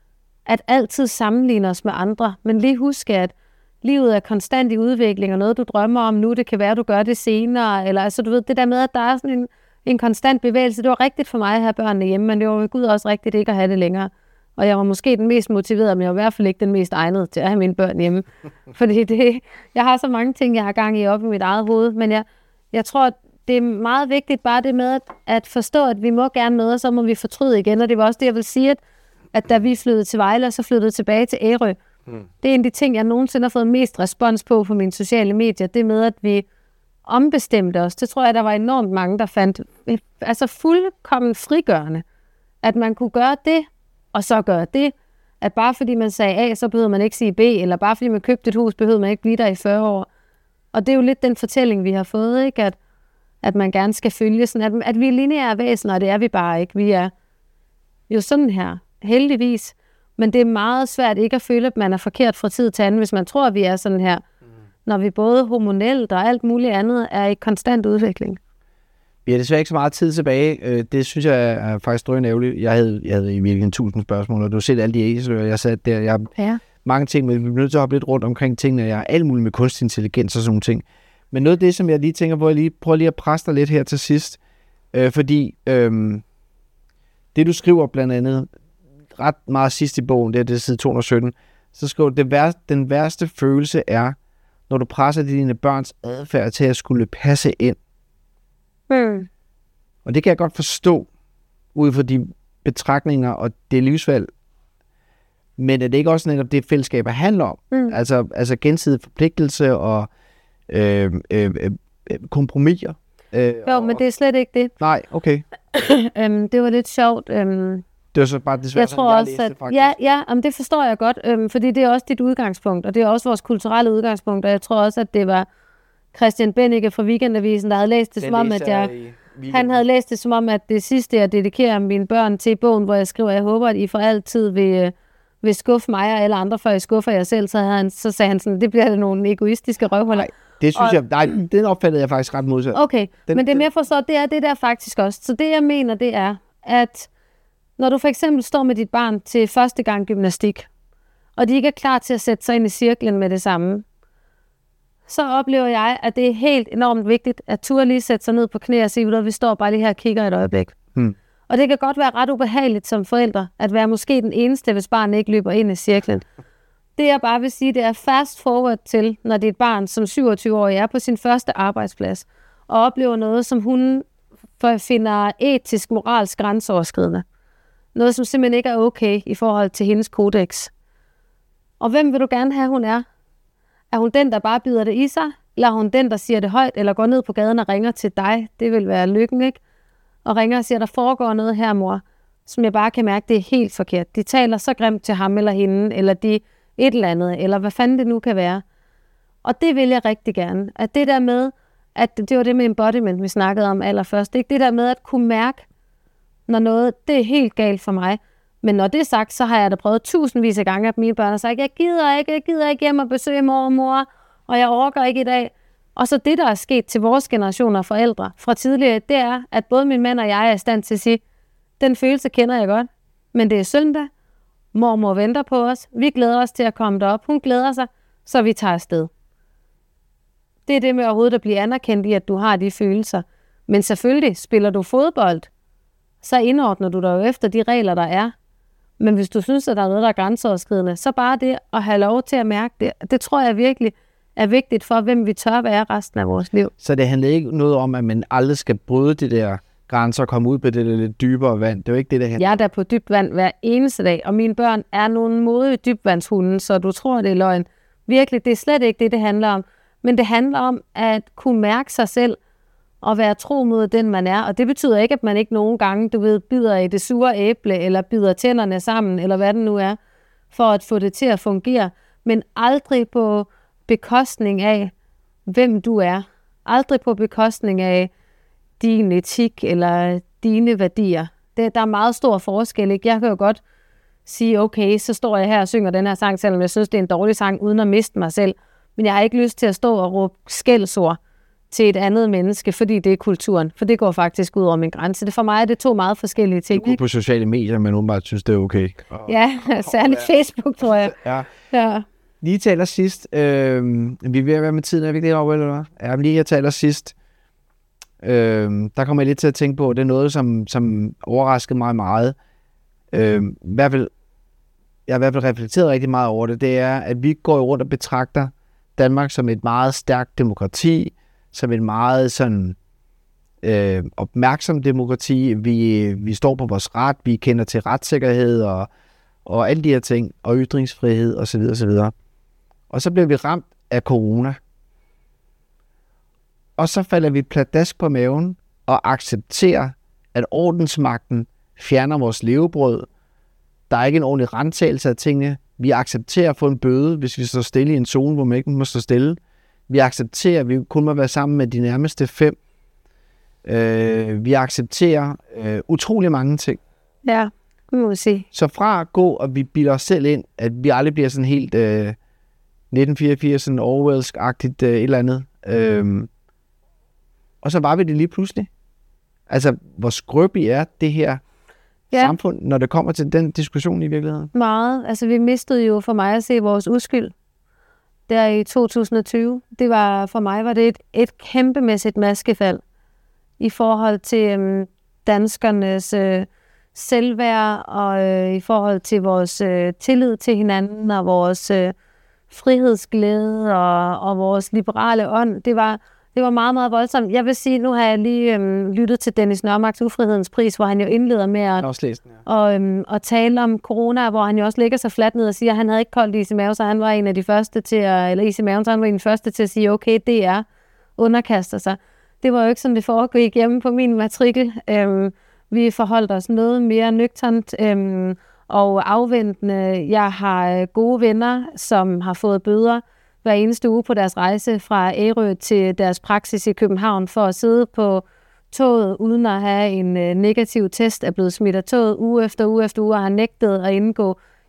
at altid sammenligne os med andre. Men lige huske, at livet er konstant i udvikling, og noget, du drømmer om nu, det kan være, du gør det senere. Eller altså, du ved, det der med, at der er sådan en, en konstant bevægelse. Det var rigtigt for mig at have børnene hjemme, men det var ved Gud også rigtigt ikke at have det længere. Og jeg var måske den mest motiverede, men jeg var i hvert fald ikke den mest egnede til at have mine børn hjemme. Fordi det, jeg har så mange ting, jeg har gang i op i mit eget hoved. Men jeg, jeg tror, det er meget vigtigt bare det med at, at forstå, at vi må gerne med, og så må vi fortryde igen. Og det var også det, jeg vil sige, at, at da vi flyttede til Vejle, og så flyttede tilbage til Ærø. Hmm. Det er en af de ting, jeg nogensinde har fået mest respons på på mine sociale medier. Det med, at vi ombestemte os. Det tror jeg, der var enormt mange, der fandt altså fuldkommen frigørende. At man kunne gøre det, og så gøre det, at bare fordi man sagde A, så behøvede man ikke sige B, eller bare fordi man købte et hus, behøvede man ikke blive der i fyrre år. Og det er jo lidt den fortælling, vi har fået, ikke? At, at man gerne skal følge sådan, at, at vi er lineære væsener, og det er vi bare ikke. Vi er jo sådan her, heldigvis. Men det er meget svært ikke at føle, at man er forkert fra tid til anden, hvis man tror, at vi er sådan her. Mm. Når vi både hormonelt og alt muligt andet er i konstant udvikling. Vi har desværre ikke så meget tid tilbage. Det synes jeg er faktisk drønende ærgerligt. Jeg havde, jeg havde i virkeligheden tusind spørgsmål, og du har set alle de æselører, jeg satte der. Jeg ja. Mange ting, men vi bliver nødt til at hoppe lidt rundt omkring tingene. Jeg er alt muligt med kunstig intelligens og sådan nogle ting. Men noget af det, som jeg lige tænker på, jeg lige prøver lige at presse dig lidt her til sidst. Øh, fordi øh, det, du skriver blandt andet ret meget sidst i bogen, det er det side to hundrede og sytten, så skriver du, det værste, den værste følelse er, når du presser dine børns adfærd til at skulle passe ind. Mm. Og det kan jeg godt forstå, ud fra de betragtninger og det livsvalg. Men er det ikke også netop det, fællesskaber handler om? Mm. Altså, altså gensidig forpligtelse og øh, øh, øh, kompromiser. Øh, jo, og, men det er slet ikke det. Nej, okay. øhm, det var lidt sjovt. Øhm, det var så bare desværre, jeg tror jeg også, læste, at, faktisk. Ja, ja jamen, det forstår jeg godt, øhm, fordi det er også dit udgangspunkt, og det er også vores kulturelle udgangspunkt, og jeg tror også, at det var Christian Bennike fra Weekendavisen, der havde læst det, som om, at jeg... Han havde læst det som om, at det sidste, jeg dedikerer mine børn til bogen, hvor jeg skriver, at jeg håber, at I for altid vil, vil skuffe mig og alle andre, før jeg skuffer jer selv, så, han, så sagde han sådan, det bliver det nogle egoistiske røvhuller. Nej, det synes og, jeg, nej, den opfattede jeg faktisk ret modsat. Okay, den, men det er den, mere forstået, det er det der faktisk også. Så det jeg mener, det er, at når du for eksempel står med dit barn til første gang gymnastik, og de ikke er klar til at sætte sig ind i cirklen med det samme, så oplever jeg, at det er helt enormt vigtigt, at turde lige sætte sig ned på knæ og sige, at vi står bare lige her og kigger et øjeblik. Hmm. Og det kan godt være ret ubehageligt som forældre, at være måske den eneste, hvis barnet ikke løber ind i cirklen. Det jeg bare vil sige, det er fast forward til, når dit barn som syvogtyve-årig er på sin første arbejdsplads, og oplever noget, som hun finder etisk, moralsk grænseoverskridende. Noget, som simpelthen ikke er okay i forhold til hendes kodex. Og hvem vil du gerne have, hun er? Er hun den, der bare bider det i sig? Eller er hun den, der siger det højt, eller går ned på gaden og ringer til dig? Det vil være lykken, ikke? Og ringer og siger, der foregår noget her, mor, som jeg bare kan mærke, det er helt forkert. De taler så grimt til ham eller hende, eller de et eller andet, eller hvad fanden det nu kan være. Og det vil jeg rigtig gerne. At det der med, at det var det med embodiment, vi snakkede om allerførst, ikke? Det der med at kunne mærke, når noget, det er helt galt for mig. Men når det er sagt, så har jeg da prøvet tusindvis af gange, at mine børn har sagt, jeg gider ikke, jeg gider ikke hjem og besøge mor og mor, og jeg orker ikke i dag. Og så det, der er sket til vores generation af forældre fra tidligere, det er, at både min mand og jeg er i stand til at sige, den følelse kender jeg godt, men det er søndag, mormor venter på os, vi glæder os til at komme derop, hun glæder sig, så vi tager afsted. Det er det med overhovedet at blive anerkendt i, at du har de følelser. Men selvfølgelig, spiller du fodbold, så indordner du dig jo efter de regler, der er. Men hvis du synes, at der er noget, der er grænseoverskridende, så bare det at have lov til at mærke det, det tror jeg virkelig er vigtigt for, hvem vi tør være resten af vores liv. Så det handler ikke noget om, at man aldrig skal bryde de der grænser og komme ud på det lidt dybere vand. Det er jo ikke det, der handler. Jeg er der på dybt vand hver eneste dag, og mine børn er nogle modige dybvandshunde, så du tror, det er løgn. Virkelig, det er slet ikke det, det handler om. Men det handler om at kunne mærke sig selv og være tro mod den, man er. Og det betyder ikke, at man ikke nogen gange, du ved, bider i det sure æble, eller bider tænderne sammen, eller hvad det nu er, for at få det til at fungere. Men aldrig på bekostning af, hvem du er. Aldrig på bekostning af din etik eller dine værdier. Det, der er meget stor forskel, ikke? Jeg kan jo godt sige, okay, så står jeg her og synger den her sang, selvom jeg synes, det er en dårlig sang, uden at miste mig selv. Men jeg har ikke lyst til at stå og råbe skældsord til et andet menneske, fordi det er kulturen. For det går faktisk ud over min grænse. Det for mig er det to meget forskellige ting. Du er på sociale medier, men hun bare synes, det er okay. Oh. Ja, særligt oh, ja. Facebook, tror jeg. Ja. Ja. Lige til allersidst. Øh, vi er ved at være med tiden, er vi ikke det over, eller hvad? Ja, lige til allersidst. Øh, der kommer jeg lidt til at tænke på, det er noget, som, som overraskede mig meget. Øh, i hvert fald, jeg har i hvert fald reflekteret rigtig meget over det. Det er, at vi går rundt og betragter Danmark som et meget stærkt demokrati, som et meget sådan øh, opmærksom demokrati. Vi, vi står på vores ret, vi kender til retssikkerhed og, og alle de her ting, og ytringsfrihed osv. osv. Og så bliver vi ramt af corona. Og så falder vi pladask på maven og accepterer, at ordensmagten fjerner vores levebrød. Der er ikke en ordentlig rentagelse af tingene. Vi accepterer at få en bøde, hvis vi står stille i en zone, hvor man ikke må stå stille. Vi accepterer, at vi kun må være sammen med de nærmeste fem. Øh, vi accepterer øh, utrolig mange ting. Ja, det må vi sige. Så fra at gå, og vi bilder os selv ind, at vi aldrig bliver sådan helt øh, nitten fireogfirs, sådan Orwellsk-agtigt øh, et eller andet. Øh, og så var vi det lige pludselig. Altså, hvor skrøbeligt er det her ja. samfund, når det kommer til den diskussion i virkeligheden? Meget. Altså, vi mistede jo for mig at se vores uskyld. Der i to tusind og tyve. Det var, for mig var det et, et kæmpemæssigt maskefald i forhold til øhm, danskernes øh, selvværd og øh, i forhold til vores øh, tillid til hinanden og vores øh, frihedsglæde og, og vores liberale ånd. Det var, det var meget, meget voldsomt. Jeg vil sige, nu har jeg lige øhm, lyttet til Dennis Nørmarks Ufrihedens Pris, hvor han jo indleder med at, den, ja. og, øhm, at tale om corona, hvor han jo også ligger så fladt ned og siger, at han havde ikke koldt is i maven, så han var en af de første til at, eller is i maven, så han var en af de første til at sige, okay, det er underkaster sig. Det var jo ikke sådan, det foregik hjemme på min matrikel. Øhm, vi forholdt os noget mere nøgternt øhm, og afventende. Jeg har gode venner, som har fået bøder hver eneste uge på deres rejse fra Ærø til deres praksis i København for at sidde på toget uden at have en øh, negativ test, er blevet smidt af toget uge efter uge efter uge og har nægtet at indgå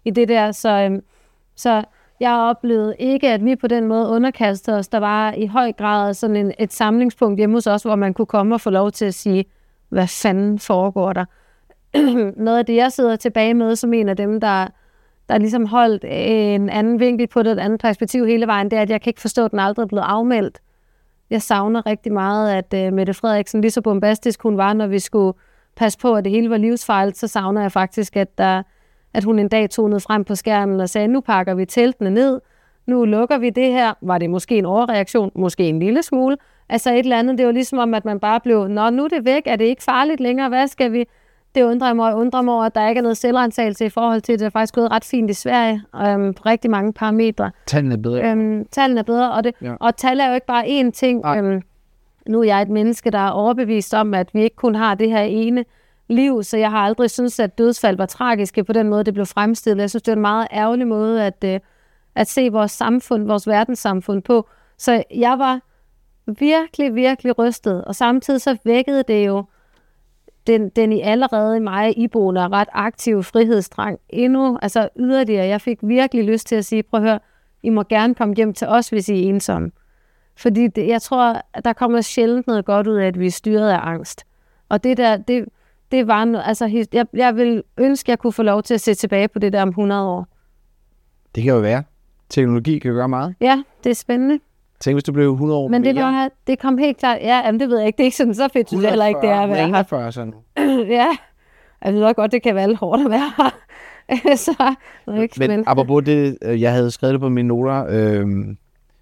i det der. Så, øhm, så jeg oplevede ikke, at vi på den måde underkastede os. Der var i høj grad sådan en, et samlingspunkt hjemme hos os, hvor man kunne komme og få lov til at sige, hvad fanden foregår der? Noget af det, jeg sidder tilbage med, som en af dem, der, der ligesom holdt en anden vinkel på det, et andet perspektiv hele vejen, det er, at jeg kan ikke forstå, at den aldrig er blevet afmeldt. Jeg savner rigtig meget, at uh, Mette Frederiksen, lige så bombastisk hun var, når vi skulle passe på, at det hele var livsfarligt, så savner jeg faktisk, at, der, at hun en dag tonede frem på skærmen og sagde, nu pakker vi teltene ned, nu lukker vi det her. Var det måske en overreaktion? Måske en lille smule. Altså et eller andet, det var ligesom om, at man bare blev, nå, nu er det væk, er det ikke farligt længere, hvad skal vi? Det undrer mig, undrer mig over, at der ikke er noget selvrensagelse i forhold til, at det er faktisk gået ret fint i Sverige, øhm, på rigtig mange parametre. Tallene er bedre. Øhm, tallene er bedre, og, det, ja. og tal er jo ikke bare én ting. Øhm, nu er jeg et menneske, der er overbevist om, at vi ikke kun har det her ene liv, så jeg har aldrig syntes, at dødsfald var tragiske på den måde, det blev fremstillet. Jeg synes, det er en meget ærgerlig måde at, øh, at se vores samfund, vores verdenssamfund på. Så jeg var virkelig, virkelig rystet, og samtidig så vækkede det jo den, den i allerede i mig iboende ret aktive frihedsdrang endnu, altså yderligere. Jeg fik virkelig lyst til at sige, prøv at høre, I må gerne komme hjem til os, hvis I er ensomme. Fordi det, jeg tror, at der kommer sjældent noget godt ud af, at vi er styret af angst. Og det der, det, det var noget, altså jeg, jeg vil ønske, at jeg kunne få lov til at se tilbage på det der om hundrede år. Det kan jo være. Teknologi kan jo gøre meget. Ja, det er spændende. Tænk, hvis du blev hundrede år Men det, mere. var, det kom helt klart, ja, jamen, det ved jeg ikke, det er ikke sådan, så fedt, synes jeg heller ikke, det er at være her. enogfyrre sådan. Ja, jeg ved godt, det kan være lidt hårdt at være her. så, ikke, men, men apropos det, jeg havde skrevet det på mine noter, øhm,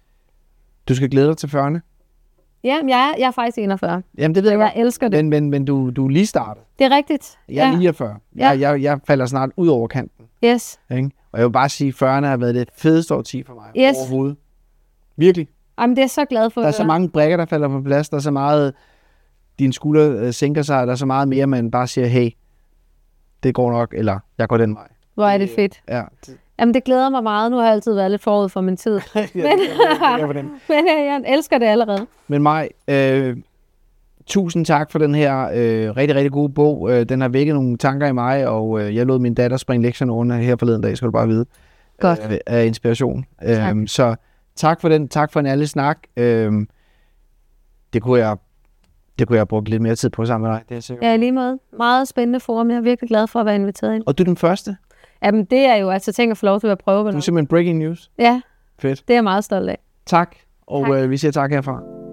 du skal glæde dig til fyrrerne. Ja, jeg er, jeg er faktisk enogfyrre. Jamen, det ved jeg, jeg elsker det. Men, men, men du, du er lige startet. Det er rigtigt. Jeg er ja. niogfyrre. Ja. Jeg, jeg, jeg falder snart ud over kanten. Yes. Ikke? Og jeg vil bare sige, at fyrrerne har været det fedeste årti for mig yes. overhovedet. Virkelig. Jamen, det er så glad for. Der er så mange brikker, der falder på plads. Der er så meget, dine skuldre sænker sig. Der er så meget mere, man bare siger, hey, det går nok, eller jeg går den vej. Hvor er det fedt. Ja. Jamen, det glæder mig meget. Nu har jeg altid været lidt forud for min tid. ja, men, men, men jeg elsker det allerede. Men Maj, øh, tusind tak for den her øh, rigtig, rigtig gode bog. Øh, den har vækket nogle tanker i mig, og øh, jeg lod min datter springe lektionen under her forleden dag, skal du bare vide. Godt. Øh, af inspiration. Øh, så tak for den. Tak for en ærlig snak. Øh, det kunne jeg det kunne jeg have brugt lidt mere tid på sammen med dig. Det er sikkert. Ja, lige måde. Meget spændende forum. Jeg er virkelig glad for at være inviteret ind. Og du er den første? Jamen, det er jo altså tænkt at få lov til at prøve. Du er simpelthen breaking news. Ja. Fedt. Det er jeg meget stolt af. Tak, og tak. Øh, vi siger tak herfra.